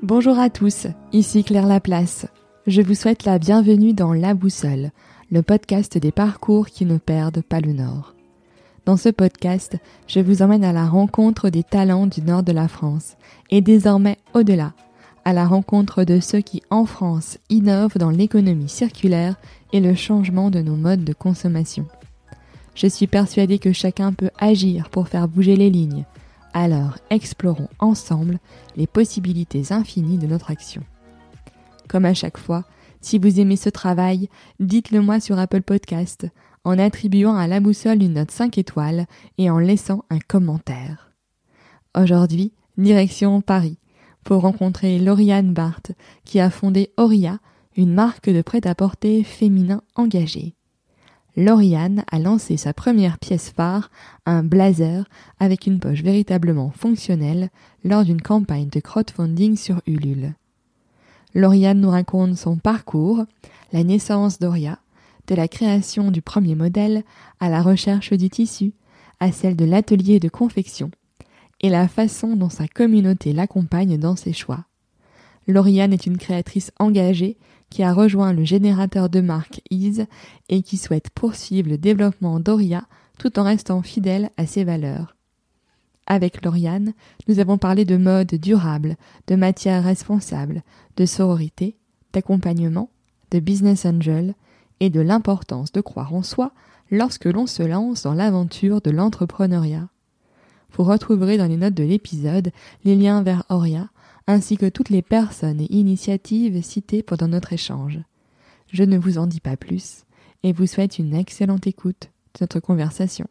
Bonjour à tous, ici Claire Laplace. Je vous souhaite la bienvenue dans La Boussole, le podcast des parcours qui ne perdent pas le nord. Dans ce podcast, je vous emmène à la rencontre des talents du nord de la France et désormais au-delà, à la rencontre de ceux qui, en France, innovent dans l'économie circulaire et le changement de nos modes de consommation. Je suis persuadée que chacun peut agir pour faire bouger les lignes. Alors, explorons ensemble les possibilités infinies de notre action. Comme à chaque fois, si vous aimez ce travail, dites-le moi sur Apple Podcast, en attribuant à La Boussole une note 5 étoiles et en laissant un commentaire. Aujourd'hui, direction Paris, pour rencontrer Lauriane Barthes, qui a fondé Auria, une marque de prêt-à-porter féminin engagé. Lauriane a lancé sa première pièce phare, un blazer avec une poche véritablement fonctionnelle lors d'une campagne de crowdfunding sur Ulule. Lauriane nous raconte son parcours, la naissance d'Auria, de la création du premier modèle à la recherche du tissu, à celle de l'atelier de confection, et la façon dont sa communauté l'accompagne dans ses choix. Lauriane est une créatrice engagée qui a rejoint le générateur de marque Ease et qui souhaite poursuivre le développement d'Auria tout en restant fidèle à ses valeurs. Avec Lauriane, nous avons parlé de mode durable, de matières responsables, de sororité, d'accompagnement, de business angel et de l'importance de croire en soi lorsque l'on se lance dans l'aventure de l'entrepreneuriat. Vous retrouverez dans les notes de l'épisode les liens vers Auria, ainsi que toutes les personnes et initiatives citées pendant notre échange. Je ne vous en dis pas plus et vous souhaite une excellente écoute de notre conversation.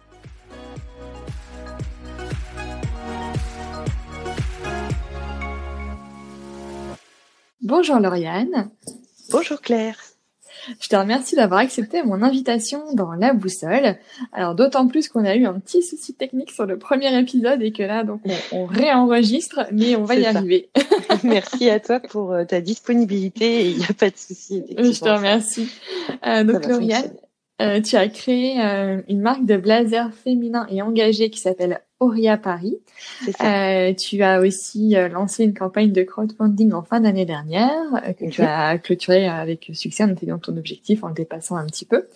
Bonjour Lauriane. Bonjour Claire. Je te remercie d'avoir accepté mon invitation dans La Boussole. Alors d'autant plus qu'on a eu un petit souci technique sur le premier épisode et que là donc on réenregistre, mais on va y arriver. Merci à toi pour ta disponibilité et il n'y a pas de souci. Je te remercie. Donc Lauriane, tu as créé une marque de blazer féminin et engagé qui s'appelle Auria Paris. C'est ça. Tu as aussi lancé une campagne de crowdfunding en fin d'année dernière que tu as clôturée avec succès en atteignant ton objectif, en le dépassant un petit peu.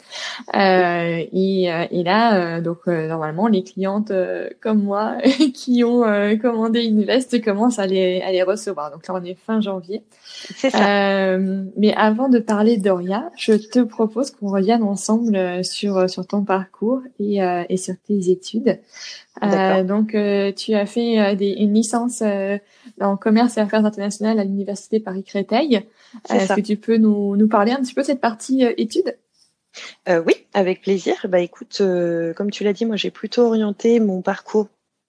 Et là, normalement, les clientes comme moi qui ont commandé une veste commencent à les recevoir. Donc là, on est fin janvier. C'est ça. Mais avant de parler d'Auria, je te propose qu'on revienne ensemble sur ton parcours et sur tes études. Donc, tu as fait une licence en commerce et affaires internationales à l'université Paris-Créteil. Est-ce que tu peux nous parler un petit peu de cette partie études? Oui, avec plaisir. Bah écoute, comme tu l'as dit, moi j'ai plutôt orienté mon parcours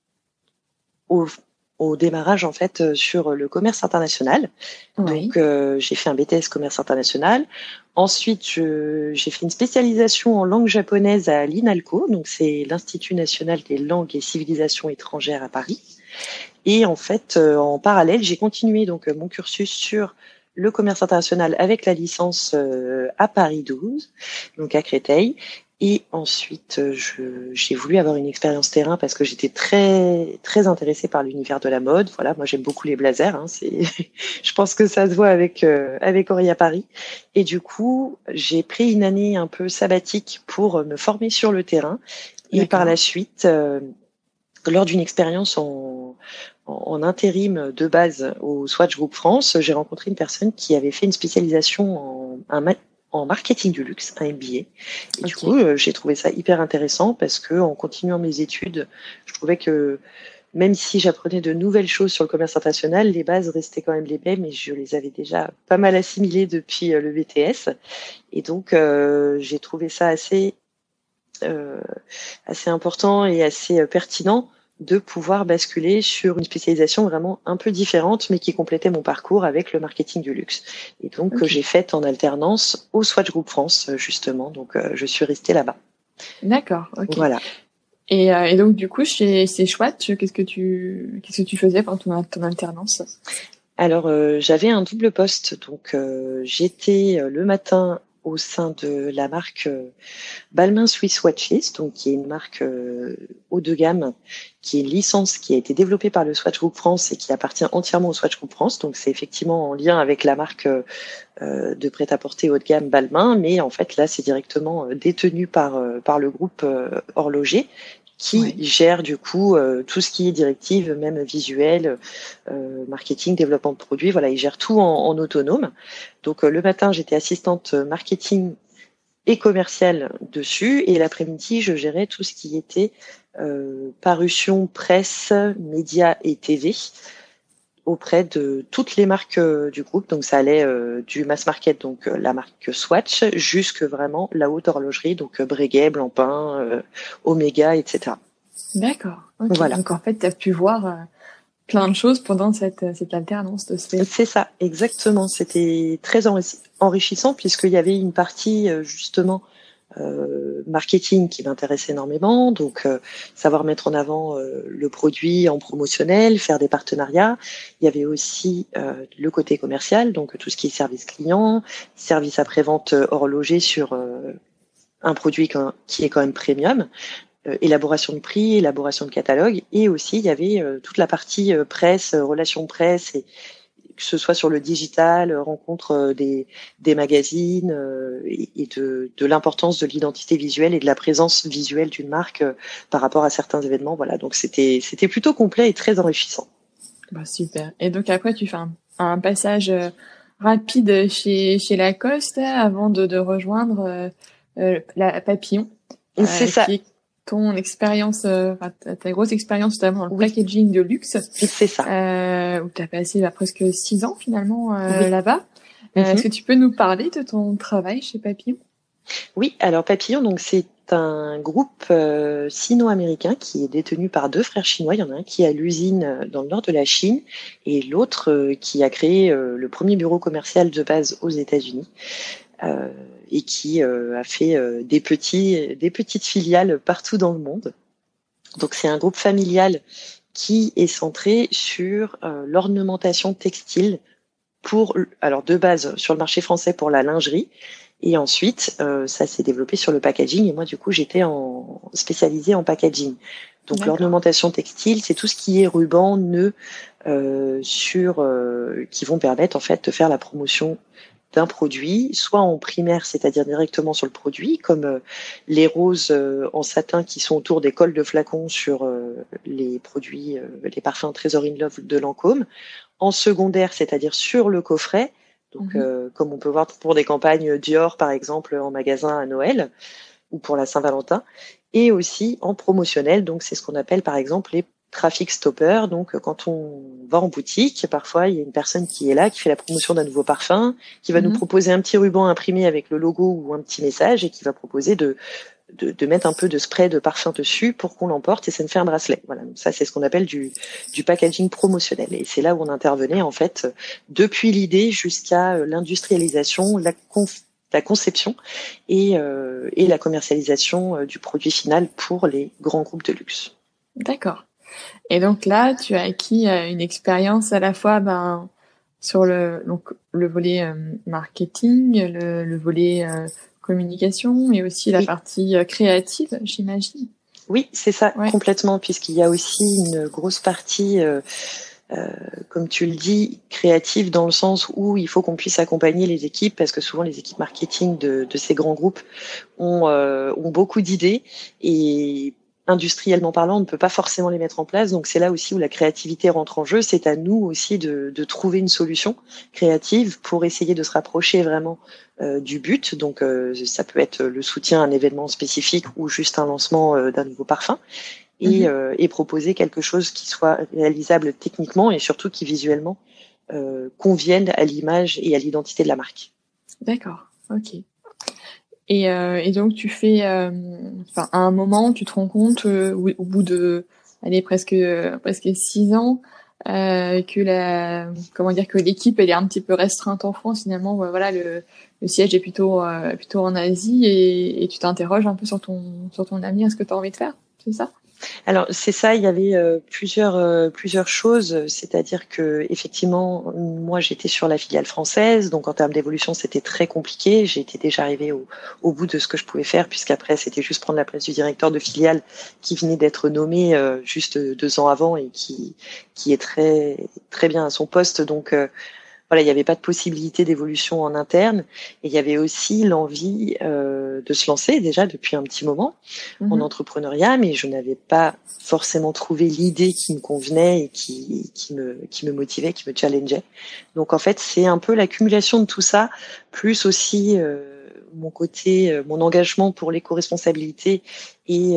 au démarrage en fait sur le commerce international. Oui. Donc j'ai fait un BTS commerce international. Ensuite, j'ai fait une spécialisation en langue japonaise à l'INALCO, donc c'est l'Institut national des langues et civilisations étrangères à Paris. Et en fait, en parallèle, j'ai continué donc mon cursus sur le commerce international avec la licence à Paris 12, donc à Créteil. Et ensuite, j'ai voulu avoir une expérience terrain parce que j'étais très très intéressée par l'univers de la mode. Voilà, moi j'aime beaucoup les blazers. Je pense que ça se voit avec Auria Paris. Et du coup, j'ai pris une année un peu sabbatique pour me former sur le terrain. Et par la suite, lors d'une expérience en intérim de base au Swatch Group France, j'ai rencontré une personne qui avait fait une spécialisation en marketing du luxe, un MBA. Et du coup, j'ai trouvé ça hyper intéressant parce que en continuant mes études, je trouvais que même si j'apprenais de nouvelles choses sur le commerce international, les bases restaient quand même les mêmes et je les avais déjà pas mal assimilées depuis le BTS. Et donc, j'ai trouvé ça assez important et assez pertinent de pouvoir basculer sur une spécialisation vraiment un peu différente, mais qui complétait mon parcours avec le marketing du luxe. Et donc, j'ai fait en alternance au Swatch Group France, justement. Donc, je suis restée là-bas. D'accord, ok. Voilà. Et donc, du coup, chez Swatch, qu'est-ce que tu faisais pendant ton alternance? Alors, j'avais un double poste. Donc, j'étais le matin au sein de la marque Balmain Swiss Watches, donc qui est une marque haut de gamme, qui est une licence qui a été développée par le Swatch Group France et qui appartient entièrement au Swatch Group France. Donc c'est effectivement en lien avec la marque de prêt-à-porter haut de gamme Balmain, mais en fait là c'est directement détenu par le groupe horloger qui gère du coup tout ce qui est directive, même visuel, marketing, développement de produits. Voilà, il gère tout en autonome. Donc le matin, j'étais assistante marketing et commerciale dessus, et l'après-midi, je gérais tout ce qui était parution, presse, médias et TV auprès de toutes les marques du groupe. Donc ça allait du mass market, donc la marque Swatch, jusque vraiment la haute horlogerie, donc Breguet, Blancpain, Omega, etc. D'accord. Okay. Voilà. Donc en fait, tu as pu voir plein de choses pendant cette alternance de ce fait. C'est ça, exactement. C'était très enrichissant puisqu'il y avait une partie justement marketing qui m'intéresse énormément, donc savoir mettre en avant le produit en promotionnel, faire des partenariats. Il y avait aussi le côté commercial, donc tout ce qui est service client, service après-vente horloger sur un produit qui est quand même premium, élaboration de prix, élaboration de catalogue, et aussi il y avait toute la partie presse, relations presse, et que ce soit sur le digital, rencontre des magazines et de l'importance de l'identité visuelle et de la présence visuelle d'une marque par rapport à certains événements. Voilà, donc c'était plutôt complet et très enrichissant. Bah, super. Et donc après, tu fais un passage rapide chez Lacoste avant de rejoindre la Papillon. C'est ça. Qui est ton expérience, ta grosse expérience notamment dans le packaging de luxe. C'est ça. Où tu as passé presque 6 ans finalement là-bas. Est-ce que tu peux nous parler de ton travail chez Papillon? Oui, alors Papillon, donc c'est un groupe sino-américain qui est détenu par 2 frères chinois. Il y en a un qui a l'usine dans le nord de la Chine et l'autre qui a créé le premier bureau commercial de base aux États-Unis. Et qui a fait des petites filiales partout dans le monde. Donc c'est un groupe familial qui est centré sur l'ornementation textile alors de base sur le marché français pour la lingerie, et ensuite ça s'est développé sur le packaging, et moi du coup j'étais spécialisée en packaging. Donc l'ornementation textile, c'est tout ce qui est ruban, nœuds qui vont permettre en fait de faire la promotion d'un produit, soit en primaire, c'est-à-dire directement sur le produit, comme les roses en satin qui sont autour des cols de flacons sur les produits, les parfums Trésor in Love de Lancôme, en secondaire, c'est-à-dire sur le coffret, donc comme on peut voir pour des campagnes Dior par exemple en magasin à Noël ou pour la Saint-Valentin, et aussi en promotionnel, donc c'est ce qu'on appelle par exemple les traffic stopper. Donc quand on va en boutique, parfois il y a une personne qui est là, qui fait la promotion d'un nouveau parfum, qui va nous proposer un petit ruban imprimé avec le logo ou un petit message, et qui va proposer de mettre un peu de spray de parfum dessus pour qu'on l'emporte, et ça nous fait un bracelet. Voilà, donc ça c'est ce qu'on appelle du packaging promotionnel, et c'est là où on intervenait en fait depuis l'idée jusqu'à l'industrialisation, la conception et la commercialisation du produit final pour les grands groupes de luxe. D'accord. Et donc là, tu as acquis une expérience à la fois sur le volet marketing, le volet communication, et aussi la partie créative, j'imagine. Oui, c'est ça, complètement, puisqu'il y a aussi une grosse partie, comme tu le dis, créative, dans le sens où il faut qu'on puisse accompagner les équipes, parce que souvent les équipes marketing de ces grands groupes ont beaucoup d'idées, et industriellement parlant, on ne peut pas forcément les mettre en place. Donc c'est là aussi où la créativité rentre en jeu. C'est à nous aussi de trouver une solution créative pour essayer de se rapprocher vraiment du but. Donc ça peut être le soutien à un événement spécifique ou juste un lancement d'un nouveau parfum, et proposer quelque chose qui soit réalisable techniquement et surtout qui visuellement convienne à l'image et à l'identité de la marque. D'accord, ok. Et donc tu fais, à un moment, tu te rends compte au bout de, presque 6 ans, que l'équipe elle est un petit peu restreinte en France finalement. Voilà, le siège est plutôt en Asie, et tu t'interroges un peu sur ton avenir, ce que tu as envie de faire, c'est ça? Alors c'est ça, il y avait plusieurs choses, c'est-à-dire que effectivement, moi j'étais sur la filiale française, donc en termes d'évolution c'était très compliqué. J'étais déjà arrivée au bout de ce que je pouvais faire, puisqu'après c'était juste prendre la place du directeur de filiale qui venait d'être nommé juste 2 ans avant et qui est très très bien à son poste. Donc voilà, il n'y avait pas de possibilité d'évolution en interne, et il y avait aussi l'envie de se lancer déjà depuis un petit moment en entrepreneuriat, mais je n'avais pas forcément trouvé l'idée qui me convenait et qui me motivait, qui me challengeait. Donc en fait, c'est un peu l'accumulation de tout ça, plus aussi mon engagement pour l'éco-responsabilité et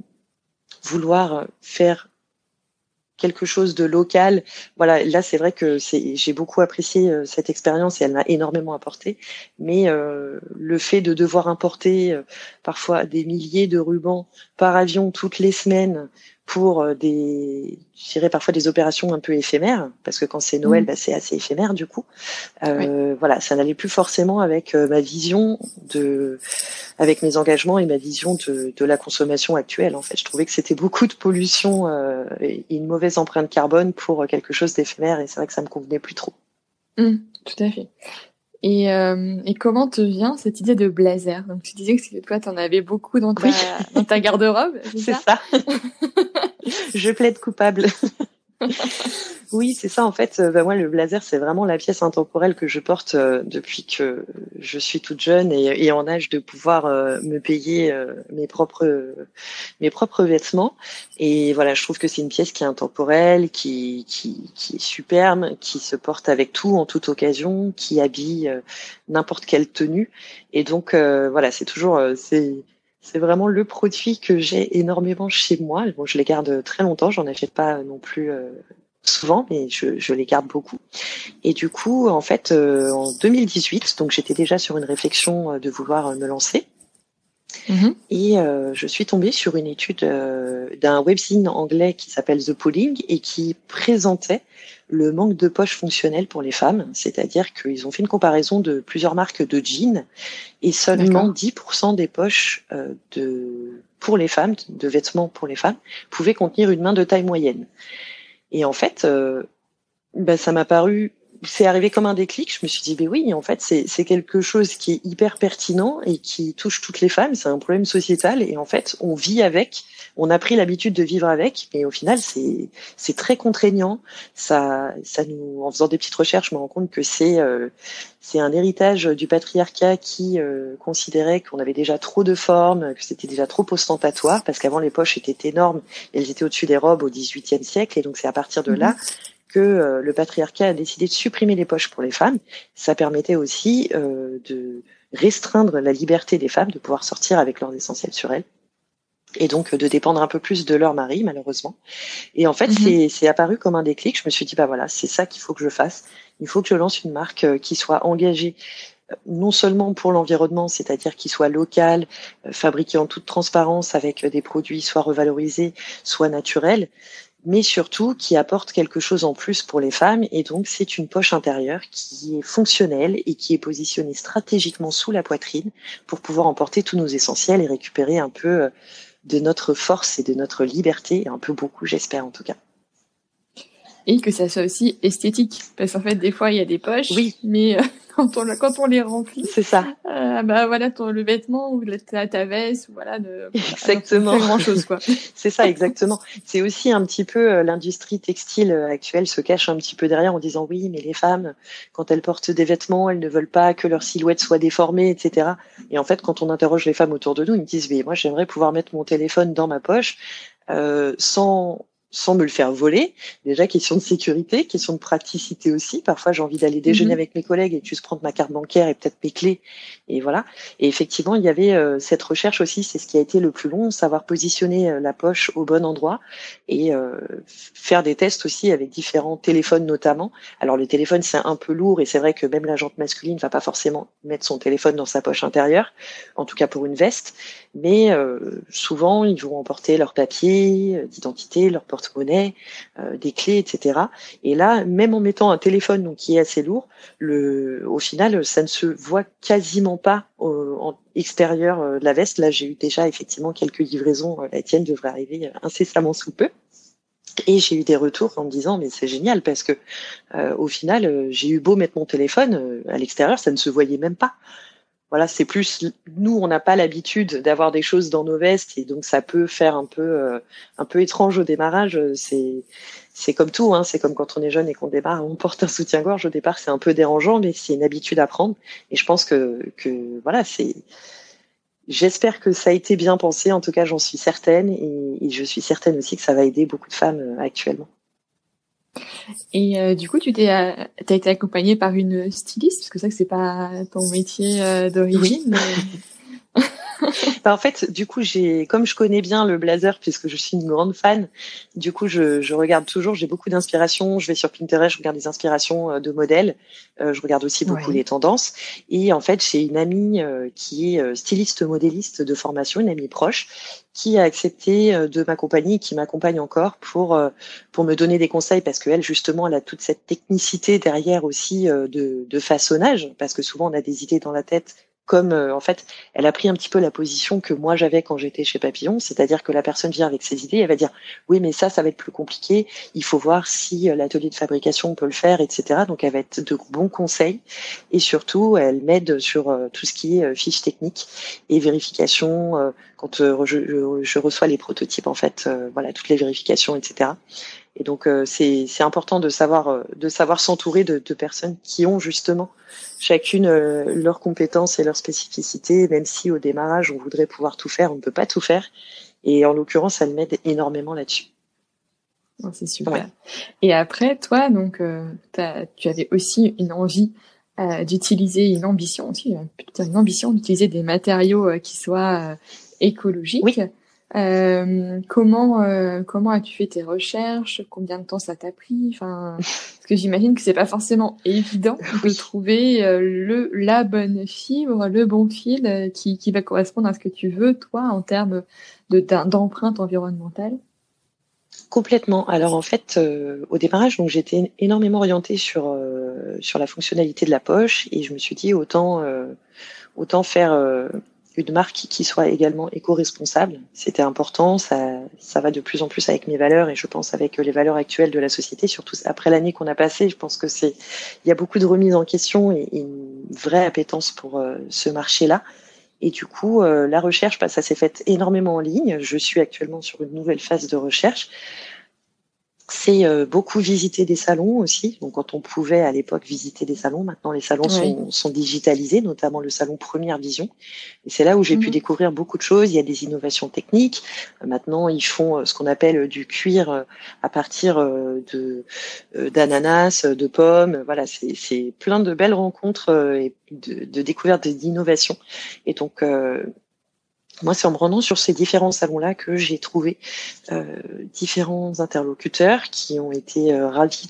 vouloir faire quelque chose de local. Voilà, là c'est vrai que j'ai beaucoup apprécié cette expérience et elle m'a énormément apporté. Mais le fait de devoir importer parfois des milliers de rubans par avion toutes les semaines pour je dirais parfois des opérations un peu éphémères, parce que quand c'est Noël, c'est assez éphémère du coup. Voilà, ça n'allait plus forcément avec ma vision avec mes engagements et ma vision de la consommation actuelle. En fait, je trouvais que c'était beaucoup de pollution et une mauvaise empreinte carbone pour quelque chose d'éphémère, et c'est vrai que ça me convenait plus trop. Tout à fait. Et comment te vient cette idée de blazer? Donc tu disais que toi, t'en avais beaucoup dans ta garde-robe, c'est ça. Je plaide coupable. Oui, c'est ça. En fait, moi, le blazer, c'est vraiment la pièce intemporelle que je porte depuis que je suis toute jeune et en âge de pouvoir me payer mes propres vêtements. Et voilà, je trouve que c'est une pièce qui est intemporelle, qui est superbe, qui se porte avec tout, en toute occasion, qui habille n'importe quelle tenue. Et donc, voilà, c'est toujours c'est vraiment le produit que j'ai énormément chez moi. Bon, je les garde très longtemps, j'en achète pas non plus souvent, mais je les garde beaucoup. Et du coup, en fait, en 2018, donc j'étais déjà sur une réflexion de vouloir me lancer. Et je suis tombée sur une étude d'un webzine anglais qui s'appelle The Pooling et qui présentait le manque de poches fonctionnelles pour les femmes, c'est-à-dire qu'ils ont fait une comparaison de plusieurs marques de jeans et seulement 10% des poches pour les femmes, de vêtements pour les femmes, pouvaient contenir une main de taille moyenne. Et en fait, ça m'a paru, c'est arrivé comme un déclic. Je me suis dit, oui, en fait, c'est quelque chose qui est hyper pertinent et qui touche toutes les femmes. C'est un problème sociétal et en fait, on vit avec. On a pris l'habitude de vivre avec, mais au final, c'est très contraignant. Ça nous, en faisant des petites recherches, je me rends compte que c'est un héritage du patriarcat qui considérait qu'on avait déjà trop de formes, que c'était déjà trop ostentatoire, parce qu'avant les poches étaient énormes, elles étaient au-dessus des robes au XVIIIe siècle, et donc c'est à partir de là que le patriarcat a décidé de supprimer les poches pour les femmes. Ça permettait aussi de restreindre la liberté des femmes de pouvoir sortir avec leurs essentiels sur elles, et donc de dépendre un peu plus de leur mari, malheureusement. Et en fait, c'est apparu comme un déclic. Je me suis dit, voilà, c'est ça qu'il faut que je fasse. Il faut que je lance une marque qui soit engagée non seulement pour l'environnement, c'est-à-dire qu'il soit local, fabriqué en toute transparence avec des produits soit revalorisés, soit naturels, mais surtout qui apporte quelque chose en plus pour les femmes. Et donc, c'est une poche intérieure qui est fonctionnelle et qui est positionnée stratégiquement sous la poitrine pour pouvoir emporter tous nos essentiels et récupérer un peu de notre force et de notre liberté, un peu beaucoup, j'espère en tout cas. Et que ça soit aussi esthétique, parce qu'en fait des fois il y a des poches, mais quand on les remplit, c'est ça. Voilà, le vêtement ou ta veste, voilà, exactement. Pas grand chose quoi. C'est ça, exactement. C'est aussi un petit peu l'industrie textile actuelle se cache un petit peu derrière en disant oui, mais les femmes, quand elles portent des vêtements, elles ne veulent pas que leur silhouette soit déformée, etc. Et en fait, quand on interroge les femmes autour de nous, ils me disent mais moi j'aimerais pouvoir mettre mon téléphone dans ma poche sans me le faire voler. Déjà, question de sécurité, question de praticité aussi. Parfois, j'ai envie d'aller déjeuner avec mes collègues et juste prendre ma carte bancaire et peut-être mes clés. Et voilà. Et effectivement, il y avait cette recherche aussi, c'est ce qui a été le plus long, savoir positionner la poche au bon endroit et faire des tests aussi avec différents téléphones notamment. Alors, le téléphone, c'est un peu lourd et c'est vrai que même la jante masculine va pas forcément mettre son téléphone dans sa poche intérieure, en tout cas pour une veste. Mais souvent, ils vont emporter leur papier d'identité, leur portefeuille, porte-monnaie, des clés, etc. Et là, même en mettant un téléphone donc qui est assez lourd, au final, ça ne se voit quasiment pas en extérieur de la veste. Là, j'ai eu déjà effectivement quelques livraisons. La tienne devrait arriver incessamment sous peu. Et j'ai eu des retours en me disant mais c'est génial parce que au final j'ai eu beau mettre mon téléphone à l'extérieur, ça ne se voyait même pas. Voilà, c'est plus nous on n'a pas l'habitude d'avoir des choses dans nos vestes et donc ça peut faire un peu étrange au démarrage. C'est comme tout, hein, c'est comme quand on est jeune et qu'on démarre, on porte un soutien-gorge au départ, c'est un peu dérangeant, mais c'est une habitude à prendre. Et je pense que voilà, j'espère que ça a été bien pensé, en tout cas j'en suis certaine, et je suis certaine aussi que ça va aider beaucoup de femmes actuellement. Et du coup, t'as été accompagnée par une styliste, parce que c'est pas ton métier d'origine. Oui. En fait, du coup, comme je connais bien le blazer, puisque je suis une grande fan, du coup, je regarde toujours, j'ai beaucoup d'inspiration. Je vais sur Pinterest, je regarde des inspirations de modèles. Je regarde aussi beaucoup les tendances. Et en fait, j'ai une amie qui est styliste modéliste de formation, une amie proche, qui a accepté de m'accompagner, qui m'accompagne encore pour me donner des conseils, parce qu'elle, justement, elle a toute cette technicité derrière aussi de façonnage, parce que souvent, on a des idées dans la tête. Comme en fait, elle a pris un petit peu la position que moi j'avais quand j'étais chez Papillon, c'est-à-dire que la personne vient avec ses idées, elle va dire oui mais ça va être plus compliqué, il faut voir si l'atelier de fabrication peut le faire, etc. Donc elle va être de bons conseils et surtout elle m'aide sur tout ce qui est fiche technique et vérification quand je reçois les prototypes en fait, voilà toutes les vérifications, etc. Et donc c'est important de savoir s'entourer de personnes qui ont justement chacune leurs compétences et leurs spécificités, même si au démarrage on voudrait pouvoir tout faire, on ne peut pas tout faire. Et en l'occurrence, elle m'aide énormément là-dessus. Oh, c'est super. Ouais. Et après, toi, donc, tu avais aussi une envie d'utiliser, une ambition aussi, plutôt une ambition d'utiliser des matériaux qui soient écologiques. Oui. Comment as-tu fait tes recherches? Combien de temps ça t'a pris? Enfin, parce que j'imagine que c'est pas forcément évident de trouver la bonne fibre, le bon fil qui va correspondre à ce que tu veux, toi, en termes d'empreinte environnementale. Complètement. Alors en fait, au démarrage, donc j'étais énormément orientée sur la fonctionnalité de la poche et je me suis dit autant faire une marque qui soit également éco-responsable. C'était important, ça va de plus en plus avec mes valeurs et je pense avec les valeurs actuelles de la société, surtout après l'année qu'on a passée. Je pense que il y a beaucoup de remises en question et une vraie appétence pour ce marché-là. Et du coup, la recherche, ça s'est fait énormément en ligne. Je suis actuellement sur une nouvelle phase de recherche. C'est beaucoup visiter des salons aussi. Donc, quand on pouvait à l'époque visiter des salons, maintenant les salons sont digitalisés, notamment le salon Première Vision. Et c'est là où j'ai pu découvrir beaucoup de choses. Il y a des innovations techniques. Maintenant, ils font ce qu'on appelle du cuir à partir d'ananas, de pommes. Voilà, c'est plein de belles rencontres et de découvertes d'innovations. Et donc, moi, c'est en me rendant sur ces différents salons-là que j'ai trouvé différents interlocuteurs qui ont été ravis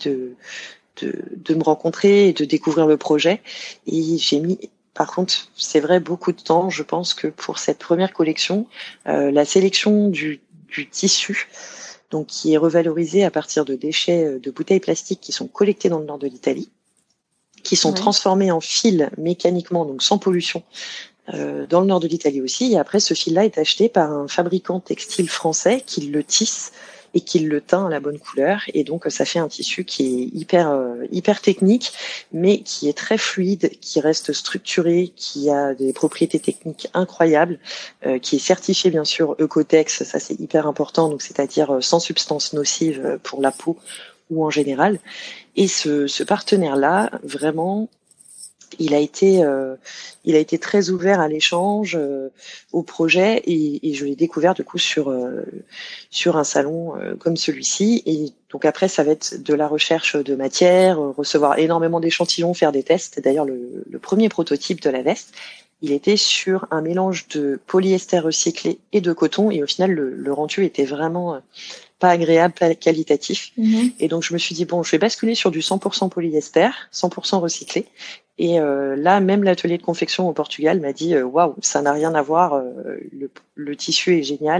de me rencontrer et de découvrir le projet. Et j'ai mis, par contre, c'est vrai, beaucoup de temps. Je pense que pour cette première collection, la sélection du tissu, donc qui est revalorisé à partir de déchets de bouteilles plastiques qui sont collectés dans le nord de l'Italie, qui sont transformés en fils mécaniquement, donc sans pollution, dans le nord de l'Italie aussi. Et après, ce fil-là est acheté par un fabricant textile français qui le tisse et qui le teint à la bonne couleur. Et donc, ça fait un tissu qui est hyper technique, mais qui est très fluide, qui reste structuré, qui a des propriétés techniques incroyables, qui est certifié, bien sûr, Ecotex. Ça, c'est hyper important. Donc, c'est-à-dire sans substances nocives pour la peau ou en général. Et ce partenaire-là, vraiment, il a été très ouvert à l'échange, au projet, et je l'ai découvert du coup sur un salon comme celui-ci. Et donc après, ça va être de la recherche de matière, recevoir énormément d'échantillons, faire des tests. D'ailleurs, le premier prototype de la veste, il était sur un mélange de polyester recyclé et de coton, et au final, le rendu était vraiment pas agréable, pas qualitatif. Et donc, je me suis dit, bon, je vais basculer sur du 100% polyester, 100% recyclé. Et là, même l'atelier de confection au Portugal m'a dit, waouh, ça n'a rien à voir, le tissu est génial.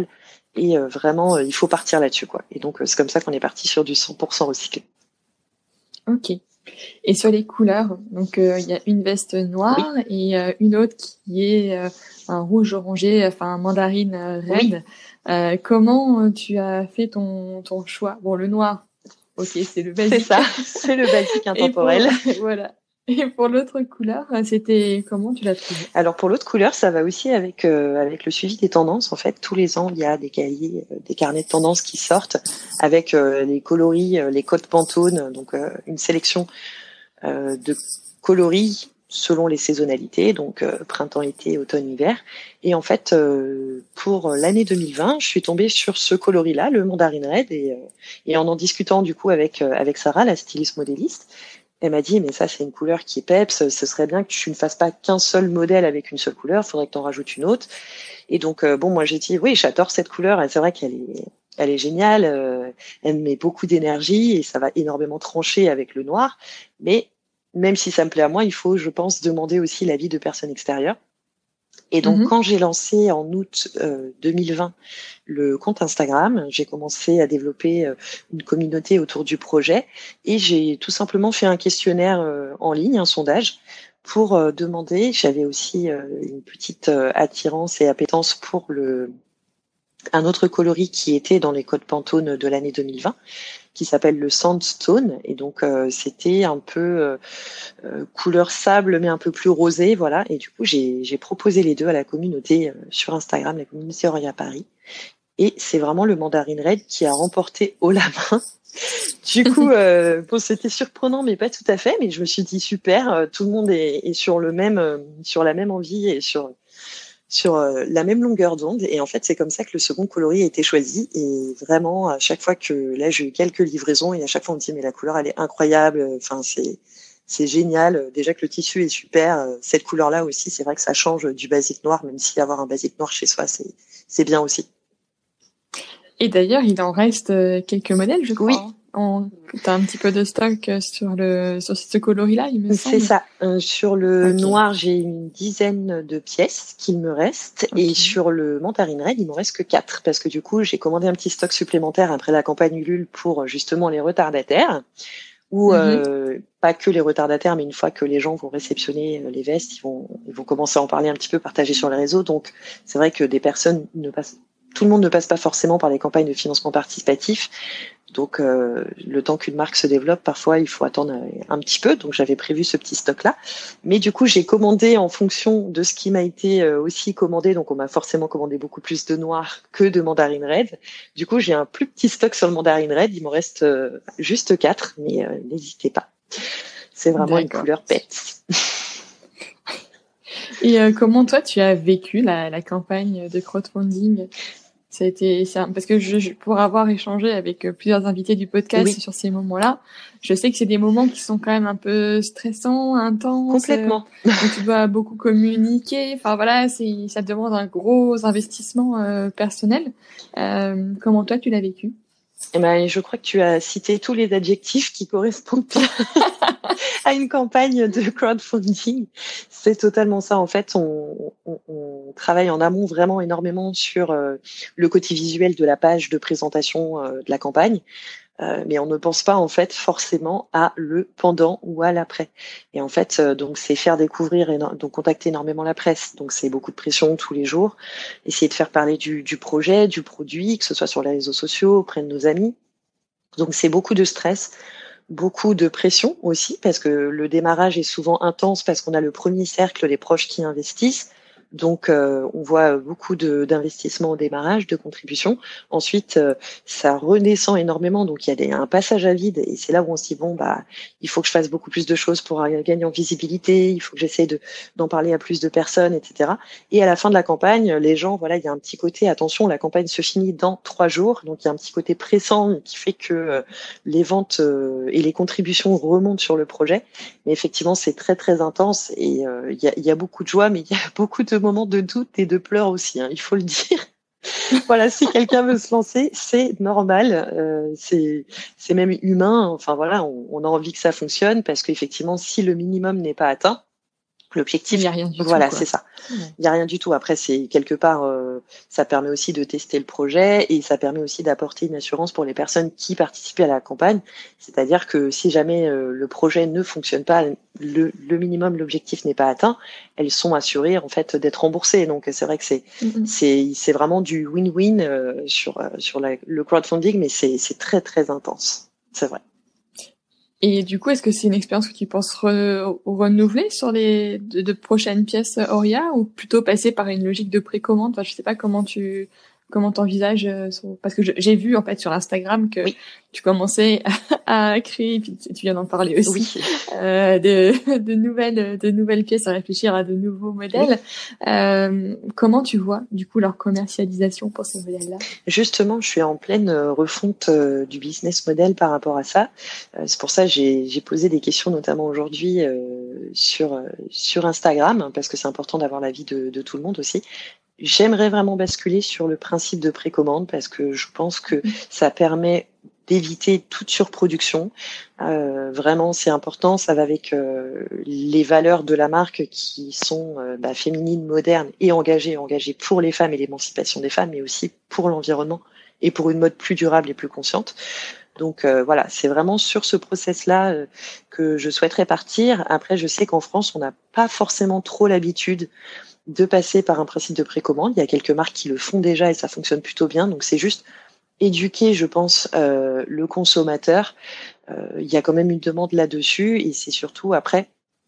Et vraiment, il faut partir là-dessus, quoi. Et donc, c'est comme ça qu'on est parti sur du 100% recyclé. Ok. Et sur les couleurs, donc il y a une veste noire et une autre qui est un rouge orangé, enfin mandarine red. Comment tu as fait ton choix? Bon, le noir, ok, c'est le basique. C'est ça, c'est le basique intemporel. Voilà. Et pour l'autre couleur, c'était comment tu l'as trouvé? Alors pour l'autre couleur, ça va aussi avec le suivi des tendances. En fait, tous les ans, il y a des cahiers, des carnets de tendances qui sortent avec les coloris, les codes Pantone, donc une sélection de coloris selon les saisonnalités, donc printemps, été, automne, hiver. Et en fait, pour l'année 2020, je suis tombée sur ce coloris-là, le mandarine red, et en discutant du coup avec Sarah, la styliste modéliste, elle m'a dit, mais ça, c'est une couleur qui est peps, ce serait bien que tu ne fasses pas qu'un seul modèle avec une seule couleur, faudrait que tu en rajoutes une autre. Et donc, bon, moi, j'ai dit, oui, j'adore cette couleur, et c'est vrai elle est géniale, elle met beaucoup d'énergie, et ça va énormément trancher avec le noir, mais même si ça me plaît à moi, il faut, je pense, demander aussi l'avis de personnes extérieures. Et donc, quand j'ai lancé en août 2020 le compte Instagram, j'ai commencé à développer une communauté autour du projet et j'ai tout simplement fait un questionnaire en ligne, un sondage, pour demander. J'avais aussi une petite attirance et appétence pour un autre coloris qui était dans les codes Pantone de l'année 2020, qui s'appelle le Sandstone. Et donc, c'était un peu couleur sable, mais un peu plus rosé, voilà. Et du coup, j'ai proposé les deux à la communauté sur Instagram, la communauté Auréa Paris. Et c'est vraiment le mandarine red qui a remporté haut la main. Du coup, bon, c'était surprenant, mais pas tout à fait. Mais je me suis dit super, tout le monde est sur sur la même envie et sur la même longueur d'onde. Et en fait, c'est comme ça que le second coloris a été choisi. Et vraiment, à chaque fois que là, j'ai eu quelques livraisons et à chaque fois on me dit mais la couleur elle est incroyable. Enfin, c'est génial. Déjà que le tissu est super. Cette couleur-là aussi, c'est vrai que ça change du basique noir, même si avoir un basique noir chez soi, c'est bien aussi. Et d'ailleurs, il en reste quelques modèles, je crois. Oui. T'as un petit peu de stock sur ce coloris-là, il me semble. C'est ça. Sur le noir, j'ai une dizaine de pièces qu'il me reste. Et sur le mandarine red, il m'en reste que 4. Parce que du coup, j'ai commandé un petit stock supplémentaire après la campagne Ulule pour justement les retardataires. Ou pas que les retardataires, mais une fois que les gens vont réceptionner les vestes, ils vont commencer à en parler un petit peu, partager sur les réseaux. Donc, c'est vrai que tout le monde ne passe pas forcément par les campagnes de financement participatif. Donc, le temps qu'une marque se développe, parfois, il faut attendre un petit peu. Donc, j'avais prévu ce petit stock-là. Mais du coup, j'ai commandé en fonction de ce qui m'a été aussi commandé. Donc, on m'a forcément commandé beaucoup plus de noir que de mandarine red. Du coup, j'ai un plus petit stock sur le mandarine red. Il m'en reste juste 4, mais n'hésitez pas. C'est vraiment une couleur pète. Et comment toi, tu as vécu la campagne de crowdfunding? Ça a été parce que pour avoir échangé avec plusieurs invités du podcast sur ces moments-là, je sais que c'est des moments qui sont quand même un peu stressants, intenses. Complètement. Où tu dois beaucoup communiquer. Enfin voilà, ça te demande un gros investissement personnel. Comment toi tu l'as vécu? Eh ben, je crois que tu as cité tous les adjectifs qui correspondent à une campagne de crowdfunding. C'est totalement ça. En fait, on travaille en amont vraiment énormément sur le côté visuel de la page de présentation de la campagne. Mais on ne pense pas en fait forcément à le pendant ou à l'après. Et en fait, donc c'est faire découvrir donc contacter énormément la presse. Donc c'est beaucoup de pression tous les jours. Essayer de faire parler du projet, du produit, que ce soit sur les réseaux sociaux, auprès de nos amis. Donc c'est beaucoup de stress, beaucoup de pression aussi, parce que le démarrage est souvent intense parce qu'on a le premier cercle des proches qui investissent. Donc, on voit beaucoup d'investissements au démarrage, de contributions. Ensuite, ça redescend énormément. Donc, il y a un passage à vide. Et c'est là où on se dit, bon, bah, il faut que je fasse beaucoup plus de choses pour gagner en visibilité. Il faut que j'essaie d'en parler à plus de personnes, etc. Et à la fin de la campagne, les gens, voilà, il y a un petit côté, attention, la campagne se finit dans 3 jours. Donc, il y a un petit côté pressant qui fait que les ventes et les contributions remontent sur le projet. Mais effectivement, c'est très, très intense. Et il y a beaucoup de joie, mais il y a beaucoup de moments de doute et de pleurs aussi, hein, il faut le dire. Voilà, si quelqu'un veut se lancer, c'est normal, c'est même humain. Enfin voilà, on a envie que ça fonctionne parce qu'effectivement, si le minimum n'est pas atteint, L'objectif, il y a rien du voilà, tout, quoi. c'est ça. Il y a rien du tout. Après, c'est quelque part, ça permet aussi de tester le projet et ça permet aussi d'apporter une assurance pour les personnes qui participent à la campagne. C'est-à-dire que si jamais le projet ne fonctionne pas, le minimum, l'objectif n'est pas atteint, elles sont assurées en fait d'être remboursées. Donc c'est vrai que c'est vraiment du win-win sur le crowdfunding, mais c'est très très intense. C'est vrai. Et du coup, est-ce que c'est une expérience que tu penses renouveler sur les de prochaines pièces Oria, ou plutôt passer par une logique de précommande? Enfin, je sais pas comment t'envisages, parce que j'ai vu en fait sur Instagram que tu commençais à créer, et puis tu viens d'en parler aussi, de nouvelles pièces, à réfléchir à de nouveaux modèles. Comment tu vois du coup leur commercialisation pour ces modèles-là? Justement, je suis en pleine refonte du business model par rapport à ça. C'est pour ça que j'ai posé des questions, notamment aujourd'hui sur Instagram, parce que c'est important d'avoir l'avis de tout le monde aussi. J'aimerais vraiment basculer sur le principe de précommande parce que je pense que ça permet d'éviter toute surproduction. Vraiment, c'est important. Ça va avec les valeurs de la marque qui sont féminines, modernes et engagées pour les femmes et l'émancipation des femmes, mais aussi pour l'environnement et pour une mode plus durable et plus consciente. Donc voilà, c'est vraiment sur ce process-là que je souhaiterais partir. Après, je sais qu'en France, on n'a pas forcément trop l'habitude de passer par un principe de précommande. Il y a quelques marques qui le font déjà et ça fonctionne plutôt bien. Donc c'est juste éduquer, je pense, le consommateur. Il y a quand même une demande là-dessus et c'est surtout après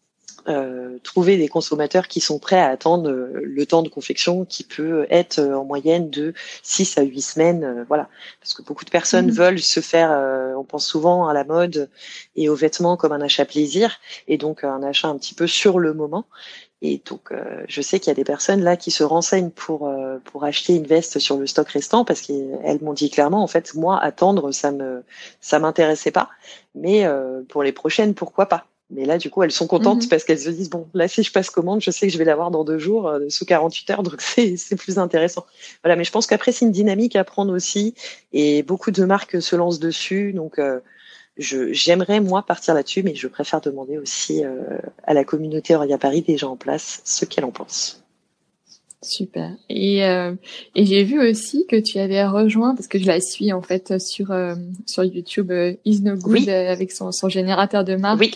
trouver des consommateurs qui sont prêts à attendre le temps de confection qui peut être en moyenne de 6 à 8 semaines. Voilà. Parce que beaucoup de personnes veulent se faire, on pense souvent à la mode et aux vêtements comme un achat plaisir et donc un achat un petit peu sur le moment. Et donc, je sais qu'il y a des personnes là qui se renseignent pour acheter une veste sur le stock restant parce qu'elles m'ont dit clairement, en fait, moi, attendre, ça m'intéressait pas. Mais pour les prochaines, pourquoi pas? Mais là, du coup, elles sont contentes parce qu'elles se disent, bon, là, si je passe commande, je sais que je vais l'avoir dans 2 jours, sous 48 heures, donc c'est plus intéressant. Voilà, mais je pense qu'après, c'est une dynamique à prendre aussi et beaucoup de marques se lancent dessus, donc j'aimerais moi partir là-dessus, mais je préfère demander aussi à la communauté Oria Paris déjà en place ce qu'elle en pense. Super. Et j'ai vu aussi que tu avais rejoint, parce que je la suis en fait sur YouTube, Is No Good, avec son générateur de marque.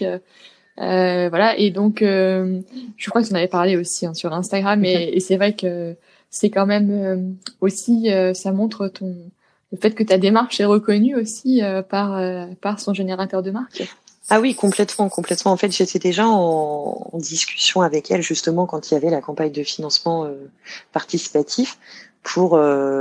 Voilà. Et donc je crois que tu en avais parlé aussi sur Instagram, et c'est vrai que c'est quand même aussi ça montre le fait que ta démarche est reconnue aussi par son générateur de marque. Ah oui, complètement. En fait, j'étais déjà en discussion avec elle justement quand il y avait la campagne de financement participatif pour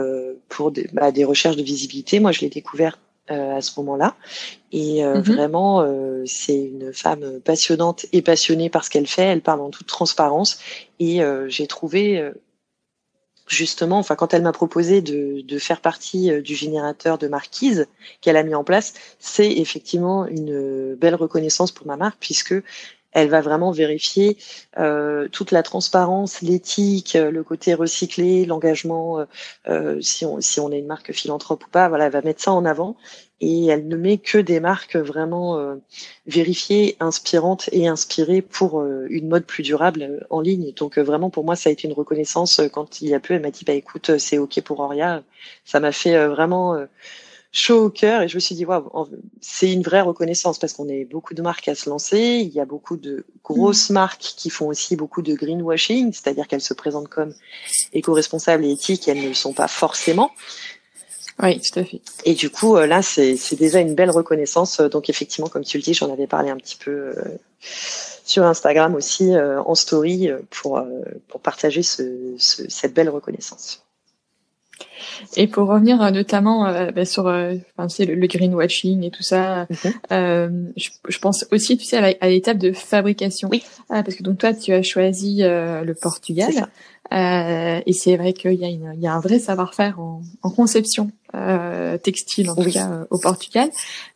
des recherches de visibilité. Moi, je l'ai découverte à ce moment-là et vraiment, c'est une femme passionnante et passionnée par ce qu'elle fait. Elle parle en toute transparence et j'ai trouvé justement, enfin, quand elle m'a proposé de faire partie du générateur de marquise qu'elle a mis en place, c'est effectivement une belle reconnaissance pour ma marque puisque elle va vraiment vérifier toute la transparence, l'éthique, le côté recyclé, l'engagement, si on est une marque philanthrope ou pas, voilà, elle va mettre ça en avant et elle ne met que des marques vraiment vérifiées, inspirantes et inspirées pour une mode plus durable en ligne. Donc vraiment pour moi ça a été une reconnaissance quand il y a peu, elle m'a dit bah écoute c'est ok pour Oria, ça m'a fait vraiment chaud au cœur et je me suis dit waouh, c'est une vraie reconnaissance parce qu'on est beaucoup de marques à se lancer, il y a beaucoup de grosses marques qui font aussi beaucoup de greenwashing, c'est-à-dire qu'elles se présentent comme éco-responsables et éthiques, et elles ne le sont pas forcément. Oui, tout à fait. Et du coup, là, c'est déjà une belle reconnaissance. Donc, effectivement, comme tu le dis, j'en avais parlé un petit peu sur Instagram aussi, en story, pour partager cette belle reconnaissance. Et pour revenir notamment sur le greenwashing et tout ça, je pense aussi, tu sais, à l'étape de fabrication. Oui. Parce que donc toi, tu as choisi le Portugal. C'est ça. Et c'est vrai qu'il y a un vrai savoir-faire en conception textile, en tout cas au Portugal.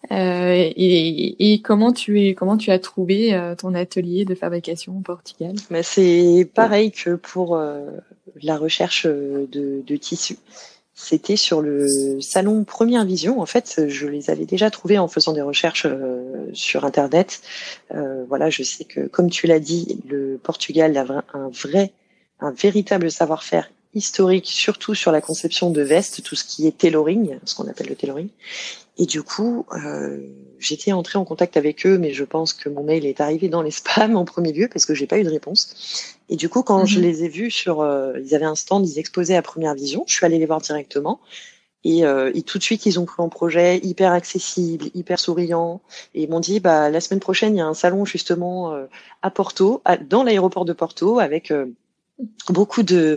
Et comment tu as trouvé ton atelier de fabrication au Portugal? Mais c'est pareil que pour la recherche de tissus. c'était sur le salon Première Vision. En fait, je les avais déjà trouvés en faisant des recherches sur Internet. Voilà, je sais que, comme tu l'as dit, le Portugal a un véritable savoir-faire historique, surtout sur la conception de vestes, tout ce qui est tailoring, ce qu'on appelle le tailoring. Et du coup, j'étais entrée en contact avec eux, mais je pense que mon mail est arrivé dans les spams en premier lieu parce que j'ai pas eu de réponse. Et du coup, quand je les ai vus ils avaient un stand, ils exposaient à Première Vision. Je suis allée les voir directement. Et tout de suite, ils ont pris en projet hyper accessible, hyper souriant. Et ils m'ont dit, la semaine prochaine, il y a un salon justement à Porto, dans l'aéroport de Porto, avec beaucoup de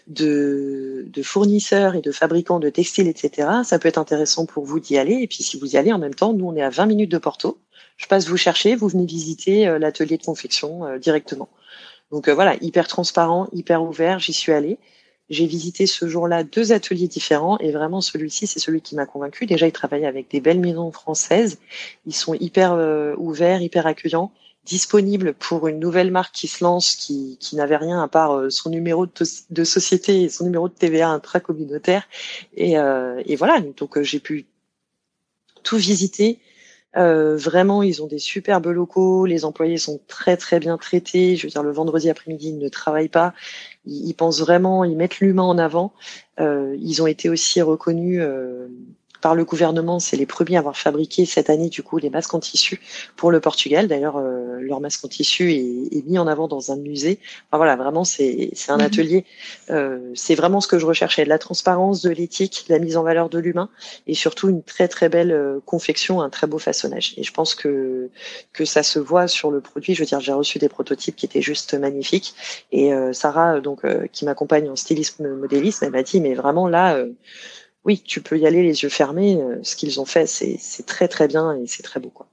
fournisseurs et de fabricants de textiles, etc. Ça peut être intéressant pour vous d'y aller. Et puis, si vous y allez en même temps, nous, on est à 20 minutes de Porto. Je passe vous chercher, vous venez visiter l'atelier de confection directement. Donc voilà, hyper transparent, hyper ouvert. J'y suis allée. J'ai visité ce jour-là 2 ateliers différents et vraiment celui-ci, c'est celui qui m'a convaincue. Déjà, ils travaillent avec des belles maisons françaises. Ils sont hyper ouverts, hyper accueillants, disponibles pour une nouvelle marque qui se lance, qui n'avait rien à part son numéro de société et son numéro de TVA intracommunautaire. Et voilà, donc j'ai pu tout visiter. Vraiment, ils ont des superbes locaux. Les employés sont très très bien traités. Je veux dire, le vendredi après-midi, ils ne travaillent pas. Ils pensent vraiment, ils mettent l'humain en avant. Ils ont été aussi reconnus par le gouvernement. C'est les premiers à avoir fabriqué cette année du coup les masques en tissu pour le Portugal. D'ailleurs, leur masque en tissu est mis en avant dans un musée. Enfin voilà, vraiment c'est un atelier. C'est vraiment ce que je recherchais, de la transparence, de l'éthique, de la mise en valeur de l'humain et surtout une très très belle confection, un très beau façonnage. Et je pense que ça se voit sur le produit. Je veux dire, j'ai reçu des prototypes qui étaient juste magnifiques. Et Sarah, donc qui m'accompagne en stylisme modélisme, elle m'a dit mais vraiment là, oui, tu peux y aller les yeux fermés. Ce qu'ils ont fait, c'est très très bien et c'est très beau quoi.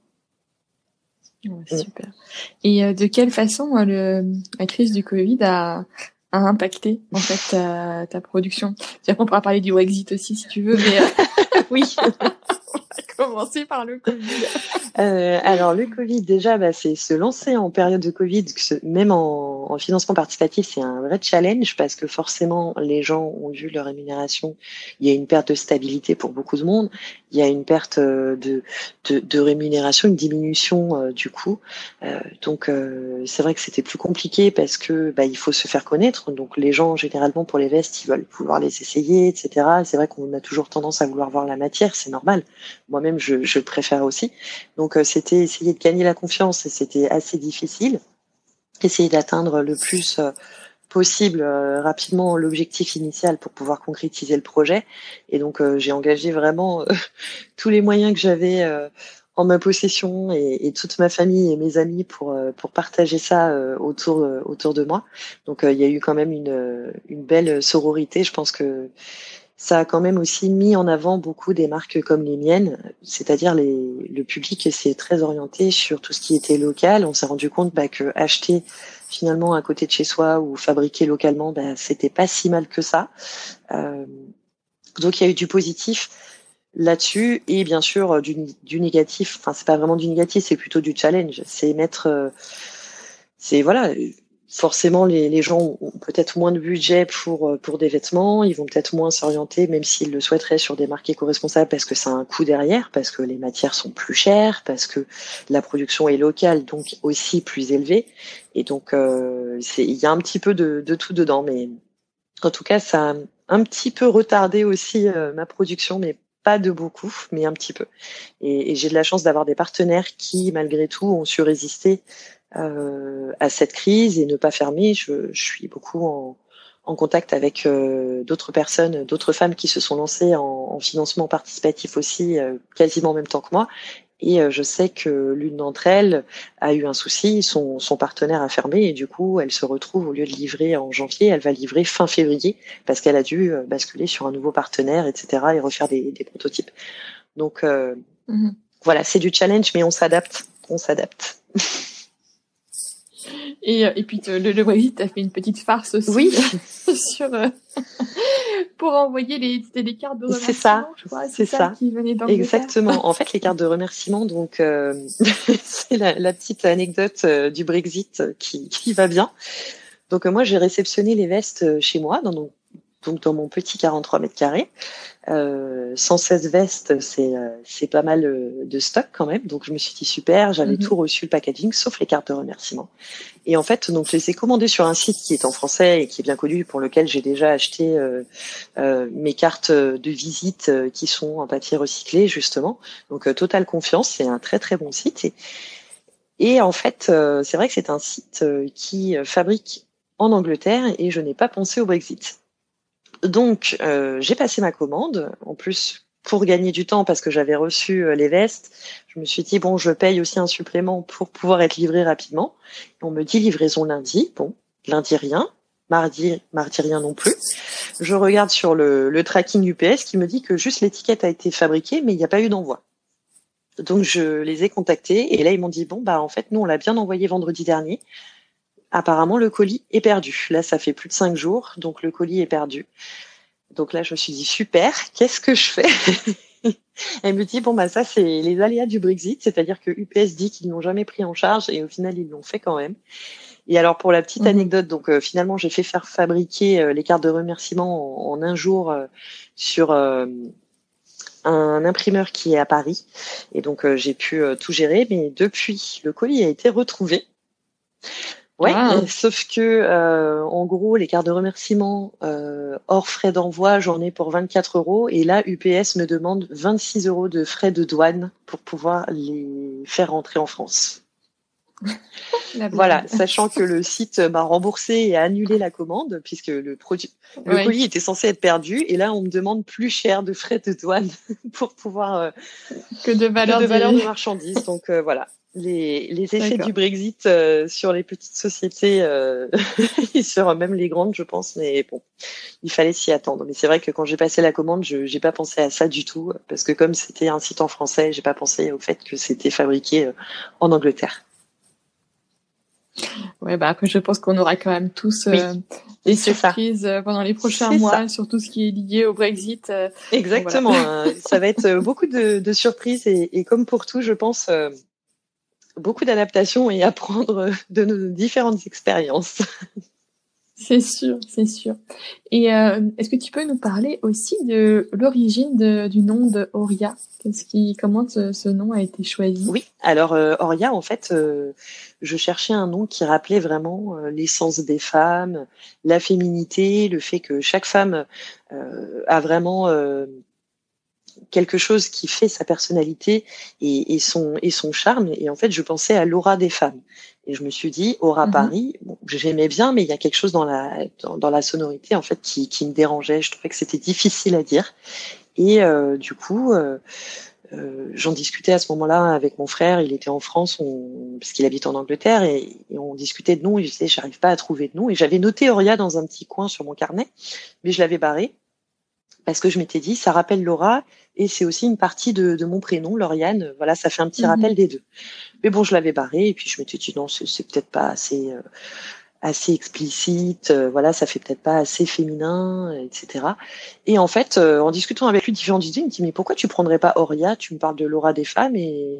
Ouais, super. Et de quelle façon la crise du Covid a impacté en fait ta production? On pourra parler du Brexit aussi si tu veux, mais oui. On va commencer par le Covid. Alors le Covid déjà, c'est se lancer en période de Covid, même en financement participatif, c'est un vrai challenge parce que forcément les gens ont vu leur rémunération. Il y a une perte de stabilité pour beaucoup de monde. Il y a une perte de rémunération, une diminution du coût. Donc c'est vrai que c'était plus compliqué parce que il faut se faire connaître. Donc les gens généralement pour les vestes ils veulent pouvoir les essayer, etc. C'est vrai qu'on a toujours tendance à vouloir voir la matière, c'est normal. Moi-même je le préfère aussi. Donc c'était essayer de gagner la confiance et c'était assez difficile. Essayer d'atteindre le plus possible rapidement l'objectif initial pour pouvoir concrétiser le projet. Et donc j'ai engagé vraiment tous les moyens que j'avais en ma possession et toute ma famille et mes amis pour partager ça autour de moi. Donc il y a eu quand même une belle sororité. Je pense que ça a quand même aussi mis en avant beaucoup des marques comme les miennes, c'est-à-dire le public s'est très orienté sur tout ce qui était local. On s'est rendu compte que acheter finalement à côté de chez soi ou fabriquer localement, c'était pas si mal que ça. Donc il y a eu du positif là-dessus et bien sûr du négatif. Enfin c'est pas vraiment du négatif, c'est plutôt du challenge. C'est voilà. Forcément, les gens ont peut-être moins de budget pour des vêtements. Ils vont peut-être moins s'orienter, même s'ils le souhaiteraient, sur des marques éco-responsables parce que ça a un coût derrière, parce que les matières sont plus chères, parce que la production est locale, donc aussi plus élevée. Et donc, il y a un petit peu de tout dedans. Mais en tout cas, ça a un petit peu retardé aussi ma production, mais pas de beaucoup, mais un petit peu. Et j'ai de la chance d'avoir des partenaires qui, malgré tout, ont su résister à cette crise et ne pas fermer. Je suis beaucoup en contact avec d'autres personnes, d'autres femmes qui se sont lancées en financement participatif aussi, quasiment en même temps que moi. Et je sais que l'une d'entre elles a eu un souci, son partenaire a fermé et du coup, elle se retrouve, au lieu de livrer en janvier, elle va livrer fin février parce qu'elle a dû basculer sur un nouveau partenaire, etc. et refaire des prototypes. Donc voilà, c'est du challenge, mais on s'adapte. Et puis le Brexit, t'as fait une petite farce aussi. Oui. sur pour envoyer les cartes de remerciement. C'est ça qui venait d'Angleterre. Exactement. En fait, les cartes de remerciement, donc c'est la petite anecdote du Brexit qui va bien. Donc moi, j'ai réceptionné les vestes chez moi dans donc dans mon petit 43 mètres carrés. 116 vestes, c'est pas mal de stock quand même. Donc je me suis dit super, j'avais tout reçu le packaging sauf les cartes de remerciement. Et en fait, donc je les ai commandées sur un site qui est en français et qui est bien connu, pour lequel j'ai déjà acheté mes cartes de visite qui sont en papier recyclé justement. Donc totale confiance, c'est un très très bon site. Et en fait, c'est vrai que c'est un site qui fabrique en Angleterre et je n'ai pas pensé au Brexit. Donc, j'ai passé ma commande. En plus, pour gagner du temps, parce que j'avais reçu les vestes, je me suis dit, bon, je paye aussi un supplément pour pouvoir être livré rapidement. Et on me dit livraison lundi. Bon, lundi rien. Mardi rien non plus. Je regarde sur le tracking UPS qui me dit que juste l'étiquette a été fabriquée, mais il n'y a pas eu d'envoi. Donc, je les ai contactés et là, ils m'ont dit, bon, bah, en fait, nous, on l'a bien envoyé vendredi dernier. Apparemment, le colis est perdu. Là, ça fait plus de 5 jours, donc le colis est perdu. Donc là, je me suis dit, super, qu'est-ce que je fais? Elle me dit, bon, bah ça, c'est les aléas du Brexit, c'est-à-dire que UPS dit qu'ils n'ont jamais pris en charge et au final, ils l'ont fait quand même. Et alors, pour la petite anecdote, donc finalement, j'ai fait faire fabriquer les cartes de remerciement en un jour sur un imprimeur qui est à Paris. Et donc, j'ai pu tout gérer, mais depuis, le colis a été retrouvé. Ouais, sauf que en gros, les cartes de remerciement hors frais d'envoi, j'en ai pour 24 € et là, UPS me demande 26 € de frais de douane pour pouvoir les faire rentrer en France. Voilà, sachant que le site m'a remboursé et a annulé la commande puisque le colis était censé être perdu et là, on me demande plus cher de frais de douane pour pouvoir que de valeur de marchandises. Donc voilà. Les effets du Brexit sur les petites sociétés et sur même les grandes, je pense, mais bon, il fallait s'y attendre. Mais c'est vrai que quand j'ai passé la commande, j'ai pas pensé à ça du tout, parce que comme c'était un site en français, j'ai pas pensé au fait que c'était fabriqué en Angleterre. Ouais, bah après, je pense qu'on aura quand même tous des surprises pendant les prochains mois sur tout ce qui est lié au Brexit. Exactement, voilà. Ça va être beaucoup de surprises et comme pour tout, je pense. Beaucoup d'adaptations et apprendre de nos différentes expériences. C'est sûr, c'est sûr. Et est-ce que tu peux nous parler aussi de l'origine du nom de Horia? Comment ce nom a été choisi? Oui, alors Horia, en fait, je cherchais un nom qui rappelait vraiment l'essence des femmes, la féminité, le fait que chaque femme a vraiment quelque chose qui fait sa personnalité et son charme. Et en fait, je pensais à l'aura des femmes. Et je me suis dit, Aura Paris, bon, j'aimais bien, mais il y a quelque chose dans la sonorité, en fait, qui me dérangeait. Je trouvais que c'était difficile à dire. Et du coup, j'en discutais à ce moment-là avec mon frère. Il était en France, parce qu'il habite en Angleterre, et on discutait de noms. Et je disais, j'arrive pas à trouver de nom. Et j'avais noté Horia dans un petit coin sur mon carnet, mais je l'avais barré. Parce que je m'étais dit, ça rappelle Laura et c'est aussi une partie de mon prénom, Lauriane. Voilà, ça fait un petit rappel des deux. Mais bon, je l'avais barré et puis je m'étais dit non, c'est peut-être pas assez explicite. Voilà, ça fait peut-être pas assez féminin, etc. Et en fait, en discutant avec lui différentes idées, il me dit mais pourquoi tu prendrais pas Horia? Tu me parles de Laura des femmes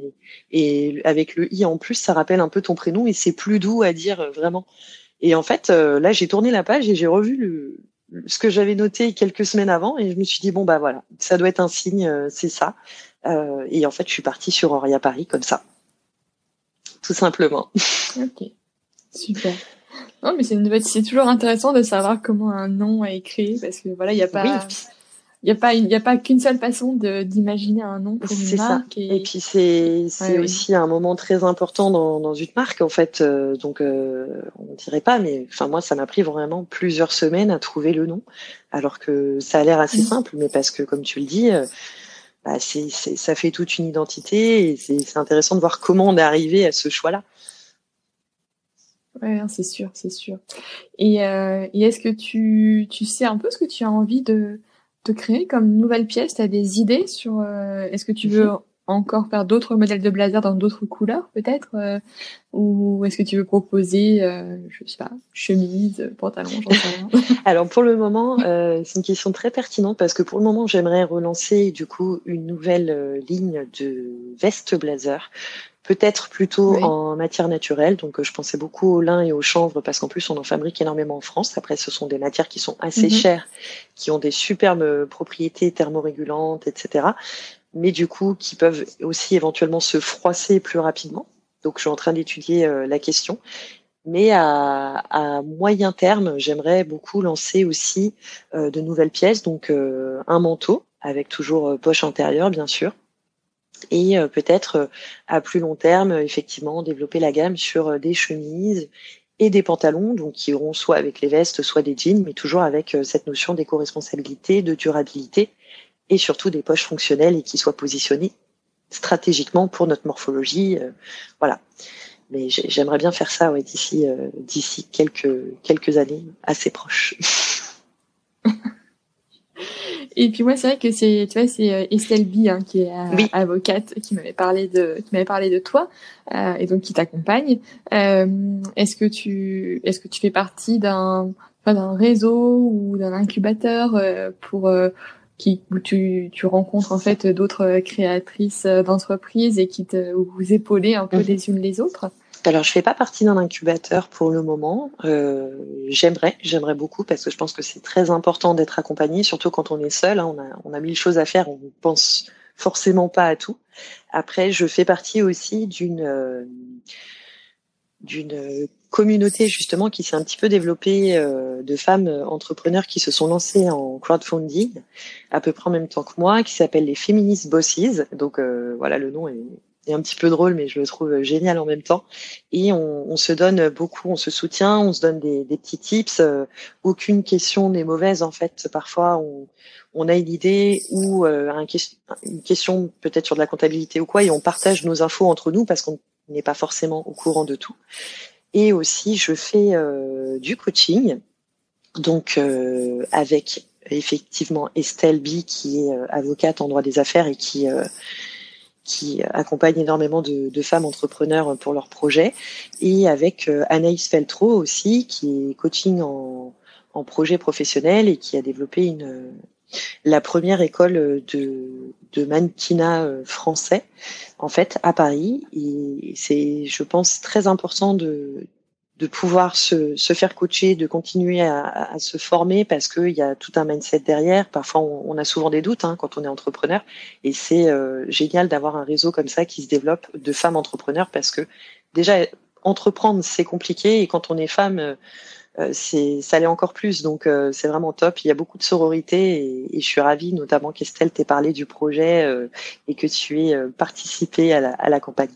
et avec le i en plus, ça rappelle un peu ton prénom et c'est plus doux à dire vraiment. Et en fait, là, j'ai tourné la page et j'ai revu ce que j'avais noté quelques semaines avant et je me suis dit bon bah voilà, ça doit être un signe, c'est ça. Et en fait, je suis partie sur Horia Paris comme ça, tout simplement. Ok, super. Non, mais c'est toujours intéressant de savoir comment un nom est créé parce que voilà, il y a pas. Oui. Il y a pas qu'une seule façon d'imaginer un nom pour une marque. Ça. Et puis c'est aussi un moment très important dans une marque en fait. Donc on dirait pas, mais enfin moi ça m'a pris vraiment plusieurs semaines à trouver le nom, alors que ça a l'air assez simple, mais parce que comme tu le dis, ça fait toute une identité et c'est intéressant de voir comment on est arrivé à ce choix-là. Ouais, c'est sûr, c'est sûr. Et est-ce que tu sais un peu ce que tu as envie de créer comme nouvelle pièce? Tu as des idées sur est-ce que tu veux encore faire d'autres modèles de blazer dans d'autres couleurs peut-être ou est-ce que tu veux proposer je sais pas, chemise, pantalon, j'en sais rien. Alors pour le moment, c'est une question très pertinente parce que pour le moment, j'aimerais relancer du coup une nouvelle ligne de vestes blazer peut-être plutôt Oui. en matière naturelle. Donc, je pensais beaucoup au lin et au chanvre parce qu'en plus, on en fabrique énormément en France. Après, ce sont des matières qui sont assez chères, qui ont des superbes propriétés thermorégulantes, etc. Mais du coup, qui peuvent aussi éventuellement se froisser plus rapidement. Donc, je suis en train d'étudier la question. Mais à moyen terme, j'aimerais beaucoup lancer aussi de nouvelles pièces. Donc, un manteau avec toujours poche intérieure, bien sûr. Et peut-être à plus long terme, effectivement, développer la gamme sur des chemises et des pantalons, donc qui iront soit avec les vestes, soit des jeans, mais toujours avec cette notion d'éco-responsabilité, de durabilité et surtout des poches fonctionnelles et qui soient positionnées stratégiquement pour notre morphologie. Voilà. Mais j'aimerais bien faire ça d'ici quelques années assez proches. Et puis moi, c'est vrai que c'est, tu vois, c'est Estelle B, hein, qui est Oui. avocate, qui m'avait parlé de toi, et donc qui t'accompagne. Est-ce que tu fais partie d'un réseau ou d'un incubateur où tu rencontres en fait d'autres créatrices d'entreprises et où vous épaulez un peu les unes les autres? Alors, je fais pas partie d'un incubateur pour le moment. J'aimerais beaucoup parce que je pense que c'est très important d'être accompagné, surtout quand on est seul. Hein, on a mille choses à faire, on pense forcément pas à tout. Après, je fais partie aussi d'une communauté justement qui s'est un petit peu développée de femmes entrepreneurs qui se sont lancées en crowdfunding à peu près en même temps que moi, qui s'appelle les Feminist Bosses. Donc voilà, le nom est un petit peu drôle, mais je le trouve génial en même temps. Et on se donne beaucoup, on se soutient, on se donne des petits tips. Aucune question n'est mauvaise en fait. Parfois, on a une idée ou une question peut-être sur de la comptabilité ou quoi, et on partage nos infos entre nous parce qu'on n'est pas forcément au courant de tout. Et aussi, je fais du coaching, donc avec effectivement Estelle B, qui est avocate en droit des affaires et qui accompagne énormément de femmes entrepreneurs pour leurs projets, et avec Anaïs Feltro aussi, qui est coaching en projet professionnel et qui a développé la première école de mannequinat français, en fait, à Paris. Et c'est, je pense, très important de pouvoir se faire coacher, de continuer à se former parce qu'il y a tout un mindset derrière. Parfois, on a souvent des doutes quand on est entrepreneur. Et c'est génial d'avoir un réseau comme ça qui se développe de femmes entrepreneurs parce que déjà, entreprendre, c'est compliqué. Et quand on est femme, ça l'est encore plus, donc c'est vraiment top. Il y a beaucoup de sororité et je suis ravie, notamment qu'Estelle t'ait parlé du projet et que tu aies participé à la campagne.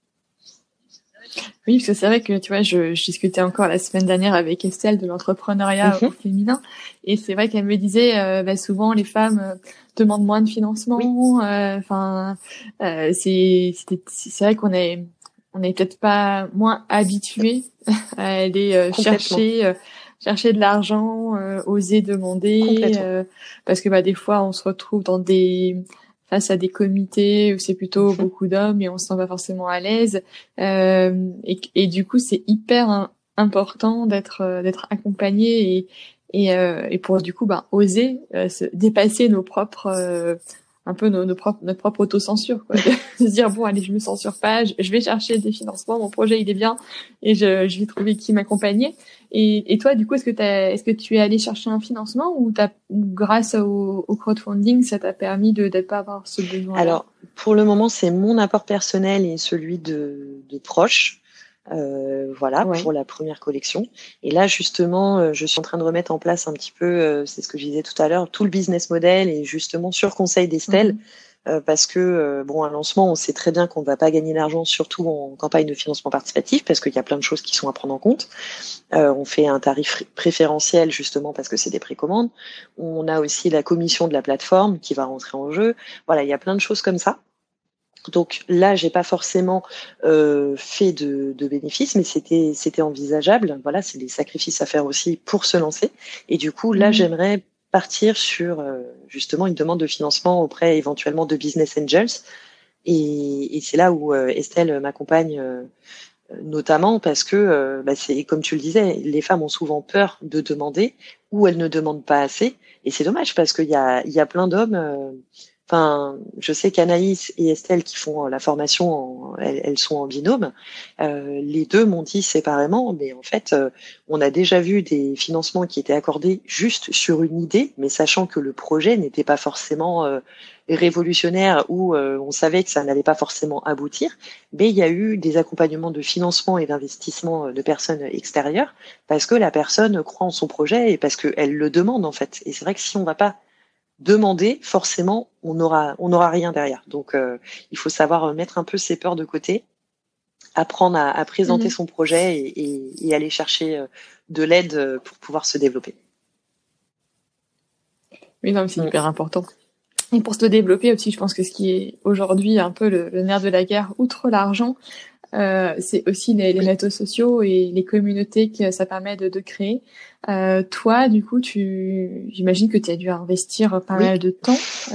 Oui, parce que c'est vrai que tu vois, je discutais encore la semaine dernière avec Estelle de l'entrepreneuriat au féminin, et c'est vrai qu'elle me disait, souvent les femmes demandent moins de financement. Enfin, c'est vrai qu'on est peut-être pas moins habitués à aller chercher de l'argent, oser demander, parce que des fois on se retrouve face à des comités où c'est plutôt beaucoup d'hommes et on se sent pas forcément à l'aise, et du coup c'est hyper important d'être accompagné et pour du coup oser se dépasser nos propres un peu notre propre autocensure, quoi. De se dire bon allez, je me censure pas, je vais chercher des financements, mon projet il est bien et je vais trouver qui m'accompagner. Et toi, du coup, est-ce que tu es allé chercher un financement ou grâce au crowdfunding, ça t'a permis de pas avoir ce besoin-là? Alors, pour le moment, c'est mon apport personnel et celui de proches. Pour la première collection. Et là, justement, je suis en train de remettre en place un petit peu, c'est ce que je disais tout à l'heure, tout le business model et justement sur conseil d'Estelle. Parce que un lancement, on sait très bien qu'on ne va pas gagner d'argent, surtout en campagne de financement participatif, parce qu'il y a plein de choses qui sont à prendre en compte. On fait un tarif préférentiel justement parce que c'est des précommandes. On a aussi la commission de la plateforme qui va rentrer en jeu. Voilà, il y a plein de choses comme ça. Donc là, j'ai pas forcément fait de bénéfices, mais c'était envisageable. Voilà, c'est des sacrifices à faire aussi pour se lancer. Et du coup, là, j'aimerais partir sur justement une demande de financement auprès éventuellement de business angels. Et c'est là où Estelle m'accompagne notamment parce que c'est comme tu le disais, les femmes ont souvent peur de demander ou elles ne demandent pas assez. Et c'est dommage parce qu'il y a plein d'hommes. Enfin, je sais qu'Anaïs et Estelle qui font la formation, elles sont en binôme. Les deux m'ont dit séparément, mais en fait, on a déjà vu des financements qui étaient accordés juste sur une idée, mais sachant que le projet n'était pas forcément révolutionnaire ou on savait que ça n'allait pas forcément aboutir. Mais il y a eu des accompagnements de financement et d'investissement de personnes extérieures parce que la personne croit en son projet et parce qu'elle le demande en fait. Et c'est vrai que si on va pas demander, forcément, on n'aura rien derrière. Donc, il faut savoir mettre un peu ses peurs de côté, apprendre à présenter son projet et aller chercher de l'aide pour pouvoir se développer. Oui, non, mais c'est hyper important. Et pour se développer aussi, je pense que ce qui est aujourd'hui un peu le nerf de la guerre, outre l'argent, c'est aussi les réseaux sociaux et les communautés que ça permet de créer. Toi, du coup, j'imagine que tu as dû investir pas mal de temps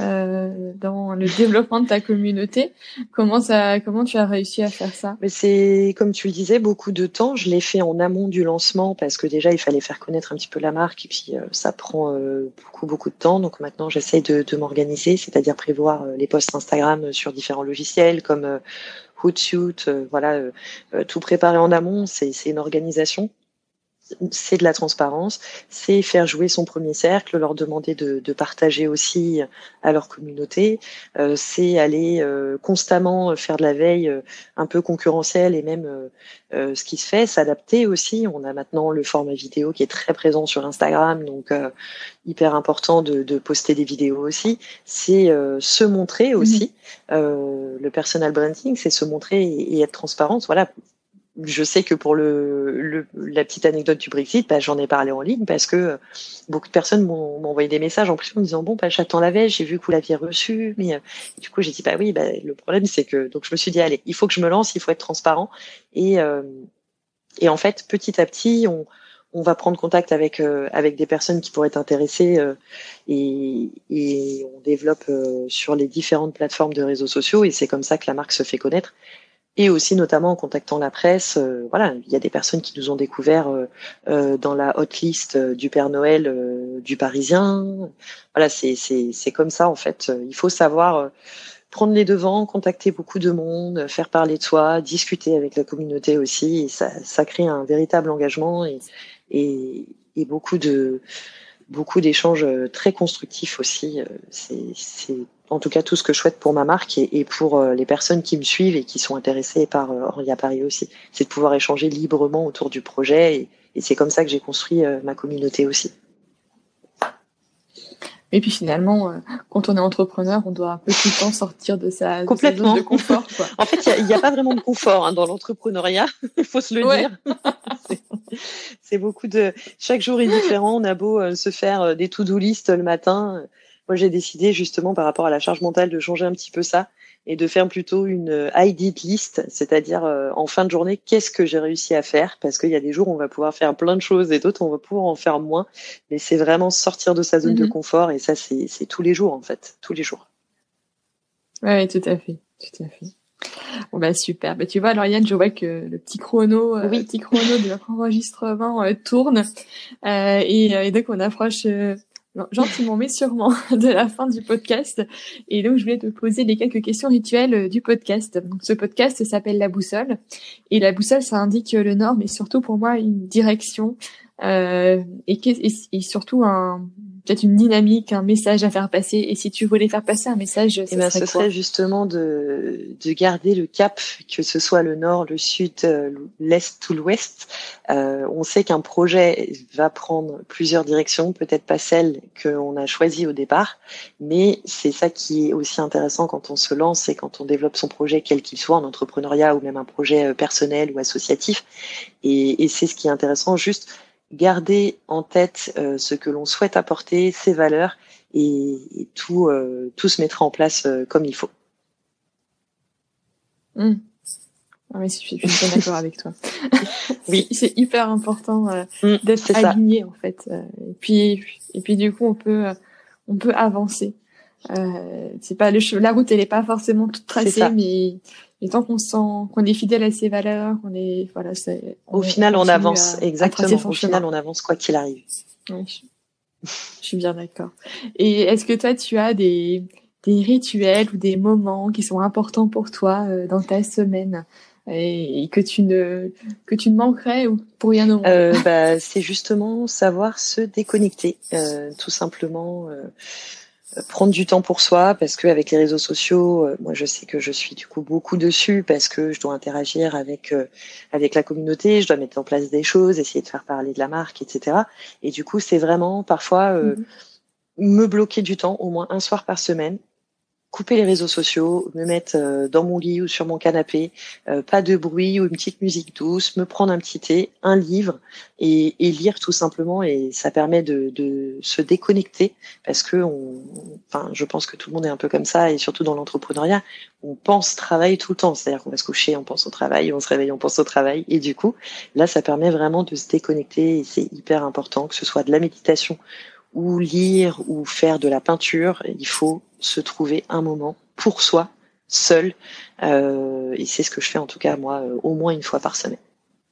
dans le développement de ta communauté. Comment tu as réussi à faire ça? Mais c'est, comme tu le disais, beaucoup de temps. Je l'ai fait en amont du lancement parce que déjà, il fallait faire connaître un petit peu la marque et puis ça prend beaucoup de temps. Donc maintenant, j'essaie de m'organiser, c'est-à-dire prévoir les posts Instagram sur différents logiciels comme Hootsuite, tout préparer en amont, c'est une organisation. C'est de la transparence, c'est faire jouer son premier cercle, leur demander de partager aussi à leur communauté, c'est aller constamment faire de la veille un peu concurrentielle et même ce qui se fait, s'adapter aussi. On a maintenant le format vidéo qui est très présent sur Instagram, donc hyper important de poster des vidéos aussi. C'est se montrer aussi. Le personal branding, c'est se montrer et être transparente. Voilà. Je sais que pour la petite anecdote du Brexit, j'en ai parlé en ligne parce que beaucoup de personnes m'ont envoyé des messages en plus en me disant bon, j'attends la veille, j'ai vu que vous l'aviez reçu, mais du coup j'ai dit oui, le problème c'est que donc je me suis dit allez, il faut que je me lance, il faut être transparent et en fait petit à petit on va prendre contact avec des personnes qui pourraient être intéressées et on développe sur les différentes plateformes de réseaux sociaux et c'est comme ça que la marque se fait connaître. Et aussi notamment en contactant la presse, il y a des personnes qui nous ont découvert dans la hotlist du Père Noël du Parisien. Voilà, c'est comme ça en fait. Il faut savoir prendre les devants, contacter beaucoup de monde, faire parler de soi, discuter avec la communauté aussi. Et ça crée un véritable engagement et beaucoup d'échanges très constructifs aussi. C'est en tout cas tout ce que je souhaite pour ma marque et pour les personnes qui me suivent et qui sont intéressées par Orly à Paris aussi. C'est de pouvoir échanger librement autour du projet et c'est comme ça que j'ai construit ma communauté aussi. Et puis finalement, quand on est entrepreneur, on doit un peu tout le temps sortir de sa zone de confort. Quoi. En fait, il y a pas vraiment de confort dans l'entrepreneuriat, il faut se le dire. C'est beaucoup de... Chaque jour est différent, on a beau se faire des to-do list le matin. Moi, j'ai décidé justement par rapport à la charge mentale de changer un petit peu ça et de faire plutôt une I did list, c'est-à-dire en fin de journée, qu'est-ce que j'ai réussi à faire? Parce qu'il y a des jours où on va pouvoir faire plein de choses et d'autres on va pouvoir en faire moins. Mais c'est vraiment sortir de sa zone de confort et ça, c'est tous les jours en fait, tous les jours. Oui, tout à fait. Bon super. Tu vois, Lauriane, je vois que le petit chrono de notre enregistrement tourne et donc on approche gentiment mais sûrement de la fin du podcast. Et donc je voulais te poser les quelques questions rituelles du podcast. Donc ce podcast s'appelle La Boussole et la boussole, ça indique le nord, mais surtout pour moi une direction et surtout peut-être une dynamique, un message à faire passer. Et si tu voulais faire passer un message, ce serait justement de garder le cap, que ce soit le nord, le sud, l'est ou l'ouest. On sait qu'un projet va prendre plusieurs directions, peut-être pas celle qu'on a choisie au départ, mais c'est ça qui est aussi intéressant quand on se lance et quand on développe son projet, quel qu'il soit, en entrepreneuriat ou même un projet personnel ou associatif. Et c'est ce qui est intéressant, juste garder en tête ce que l'on souhaite apporter, ses valeurs, et tout se mettra en place comme il faut. Ah oui, je suis bien d'accord avec toi. Oui, c'est hyper important d'être aligné en fait. Et puis du coup on peut avancer. C'est pas la route, elle est pas forcément toute tracée, mais tant qu'on sent qu'on est fidèle à ses valeurs, au final on avance exactement. Au final on avance quoi qu'il arrive. Oui, je suis bien d'accord. Et est-ce que toi tu as des des rituels ou des moments qui sont importants pour toi dans ta semaine et que tu ne manquerais ou pour rien au monde? C'est justement savoir se déconnecter, tout simplement. Prendre du temps pour soi, parce qu'avec les réseaux sociaux, moi je sais que je suis du coup beaucoup dessus parce que je dois interagir avec la communauté, je dois mettre en place des choses, essayer de faire parler de la marque, etc. Et du coup, c'est vraiment parfois me bloquer du temps, au moins un soir par semaine, couper les réseaux sociaux, me mettre dans mon lit ou sur mon canapé, pas de bruit ou une petite musique douce, me prendre un petit thé, un livre et lire tout simplement. Et ça permet de se déconnecter parce que je pense que tout le monde est un peu comme ça, et surtout dans l'entrepreneuriat, on pense travail tout le temps. C'est-à-dire qu'on va se coucher, on pense au travail, on se réveille, on pense au travail. Et du coup, là, ça permet vraiment de se déconnecter et c'est hyper important, que ce soit de la méditation ou lire ou faire de la peinture. Il faut se trouver un moment pour soi, seul. Et c'est ce que je fais en tout cas, moi, au moins une fois par semaine.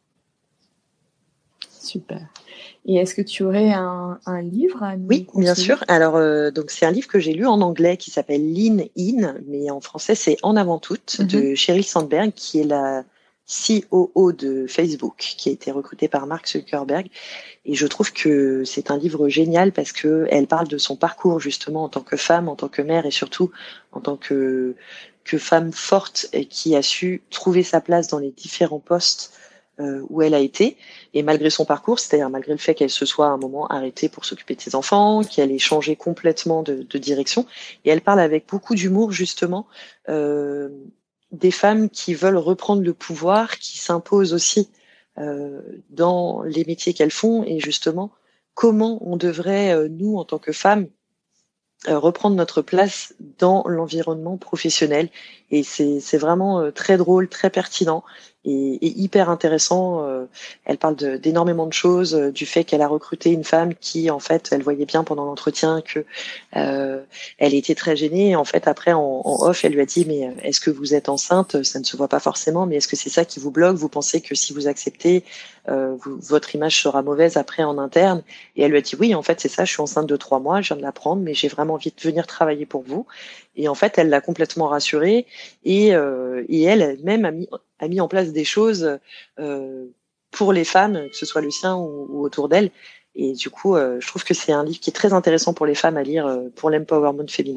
Super. Et est-ce que tu aurais un livre à nous Oui, conseiller? bien sûr. Alors, donc c'est un livre que j'ai lu en anglais qui s'appelle Lean In, mais en français c'est En avant toute de Sheryl Sandberg, qui est la COO de Facebook, qui a été recrutée par Mark Zuckerberg. Et je trouve que c'est un livre génial parce que elle parle de son parcours justement en tant que femme, en tant que mère et surtout en tant que femme forte et qui a su trouver sa place dans les différents postes où elle a été. Et malgré son parcours, c'est-à-dire malgré le fait qu'elle se soit à un moment arrêtée pour s'occuper de ses enfants, qu'elle ait changé complètement de direction. Et elle parle avec beaucoup d'humour justement des femmes qui veulent reprendre le pouvoir, qui s'imposent aussi dans les métiers qu'elles font, et justement comment on devrait, nous en tant que femmes, reprendre notre place dans l'environnement professionnel. Et c'est vraiment très drôle, très pertinent et hyper intéressant. Elle parle d'énormément de choses, du fait qu'elle a recruté une femme qui, en fait, elle voyait bien pendant l'entretien que elle était très gênée. Et en fait, après, en off, elle lui a dit, mais est-ce que vous êtes enceinte? Ça ne se voit pas forcément, mais est-ce que c'est ça qui vous bloque? Vous pensez que si vous acceptez, votre image sera mauvaise après en interne? Et elle lui a dit, oui, en fait, c'est ça, je suis enceinte de 3 mois, je viens de l'apprendre, mais j'ai vraiment envie de venir travailler pour vous. Et en fait, elle l'a complètement rassurée, et elle-même a mis en place des choses pour les femmes, que ce soit le sien ou autour d'elle. Et du coup, je trouve que c'est un livre qui est très intéressant pour les femmes à lire pour l'empowerment féminin.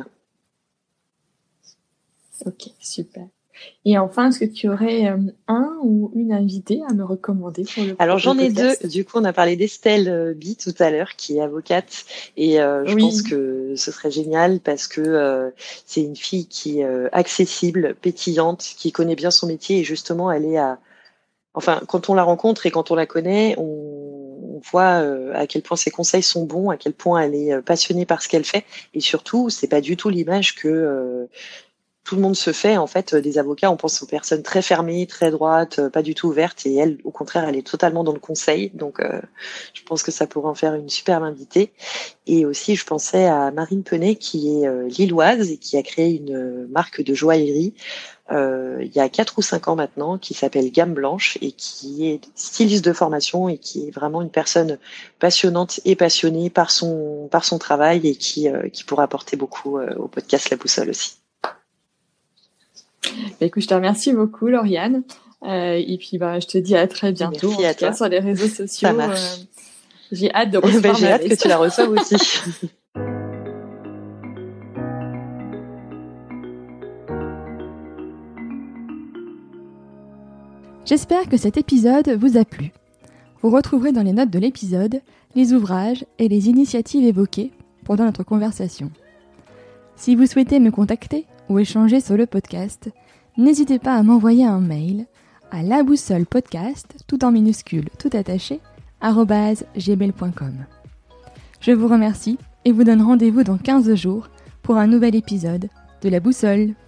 Ok, super. Et enfin, est-ce que tu aurais un ou une invitée à me recommander pour le Alors j'en ai podcast? 2. Du coup, on a parlé d'Estelle Bi tout à l'heure, qui est avocate, et je pense que ce serait génial parce que c'est une fille qui est accessible, pétillante, qui connaît bien son métier, et justement, elle est quand on la rencontre et quand on la connaît, on voit à quel point ses conseils sont bons, à quel point elle est passionnée par ce qu'elle fait, et surtout, c'est pas du tout l'image que tout le monde se fait. En fait, des avocats, on pense aux personnes très fermées, très droites, pas du tout ouvertes, et elle, au contraire, elle est totalement dans le conseil. Donc, je pense que ça pourrait en faire une superbe invitée. Et aussi, je pensais à Marine Penet, qui est lilloise et qui a créé une marque de joaillerie il y a 4 ou 5 ans maintenant, qui s'appelle Gamme Blanche, et qui est styliste de formation et qui est vraiment une personne passionnante et passionnée par son travail, et qui pourra apporter beaucoup au podcast La Boussole aussi. Écoute, je te remercie beaucoup, Lauriane. Et puis, je te dis à très bientôt. Merci en tout cas, sur les réseaux sociaux. Ça marche. J'ai hâte de recevoir j'ai hâte que tu la reçoives aussi. J'espère que cet épisode vous a plu. Vous retrouverez dans les notes de l'épisode les ouvrages et les initiatives évoquées pendant notre conversation. Si vous souhaitez me contacter ou échanger sur le podcast, n'hésitez pas à m'envoyer un mail à laboussolepodcast, tout en minuscules, tout attaché, @gmail.com. Je vous remercie et vous donne rendez-vous dans 15 jours pour un nouvel épisode de La Boussole.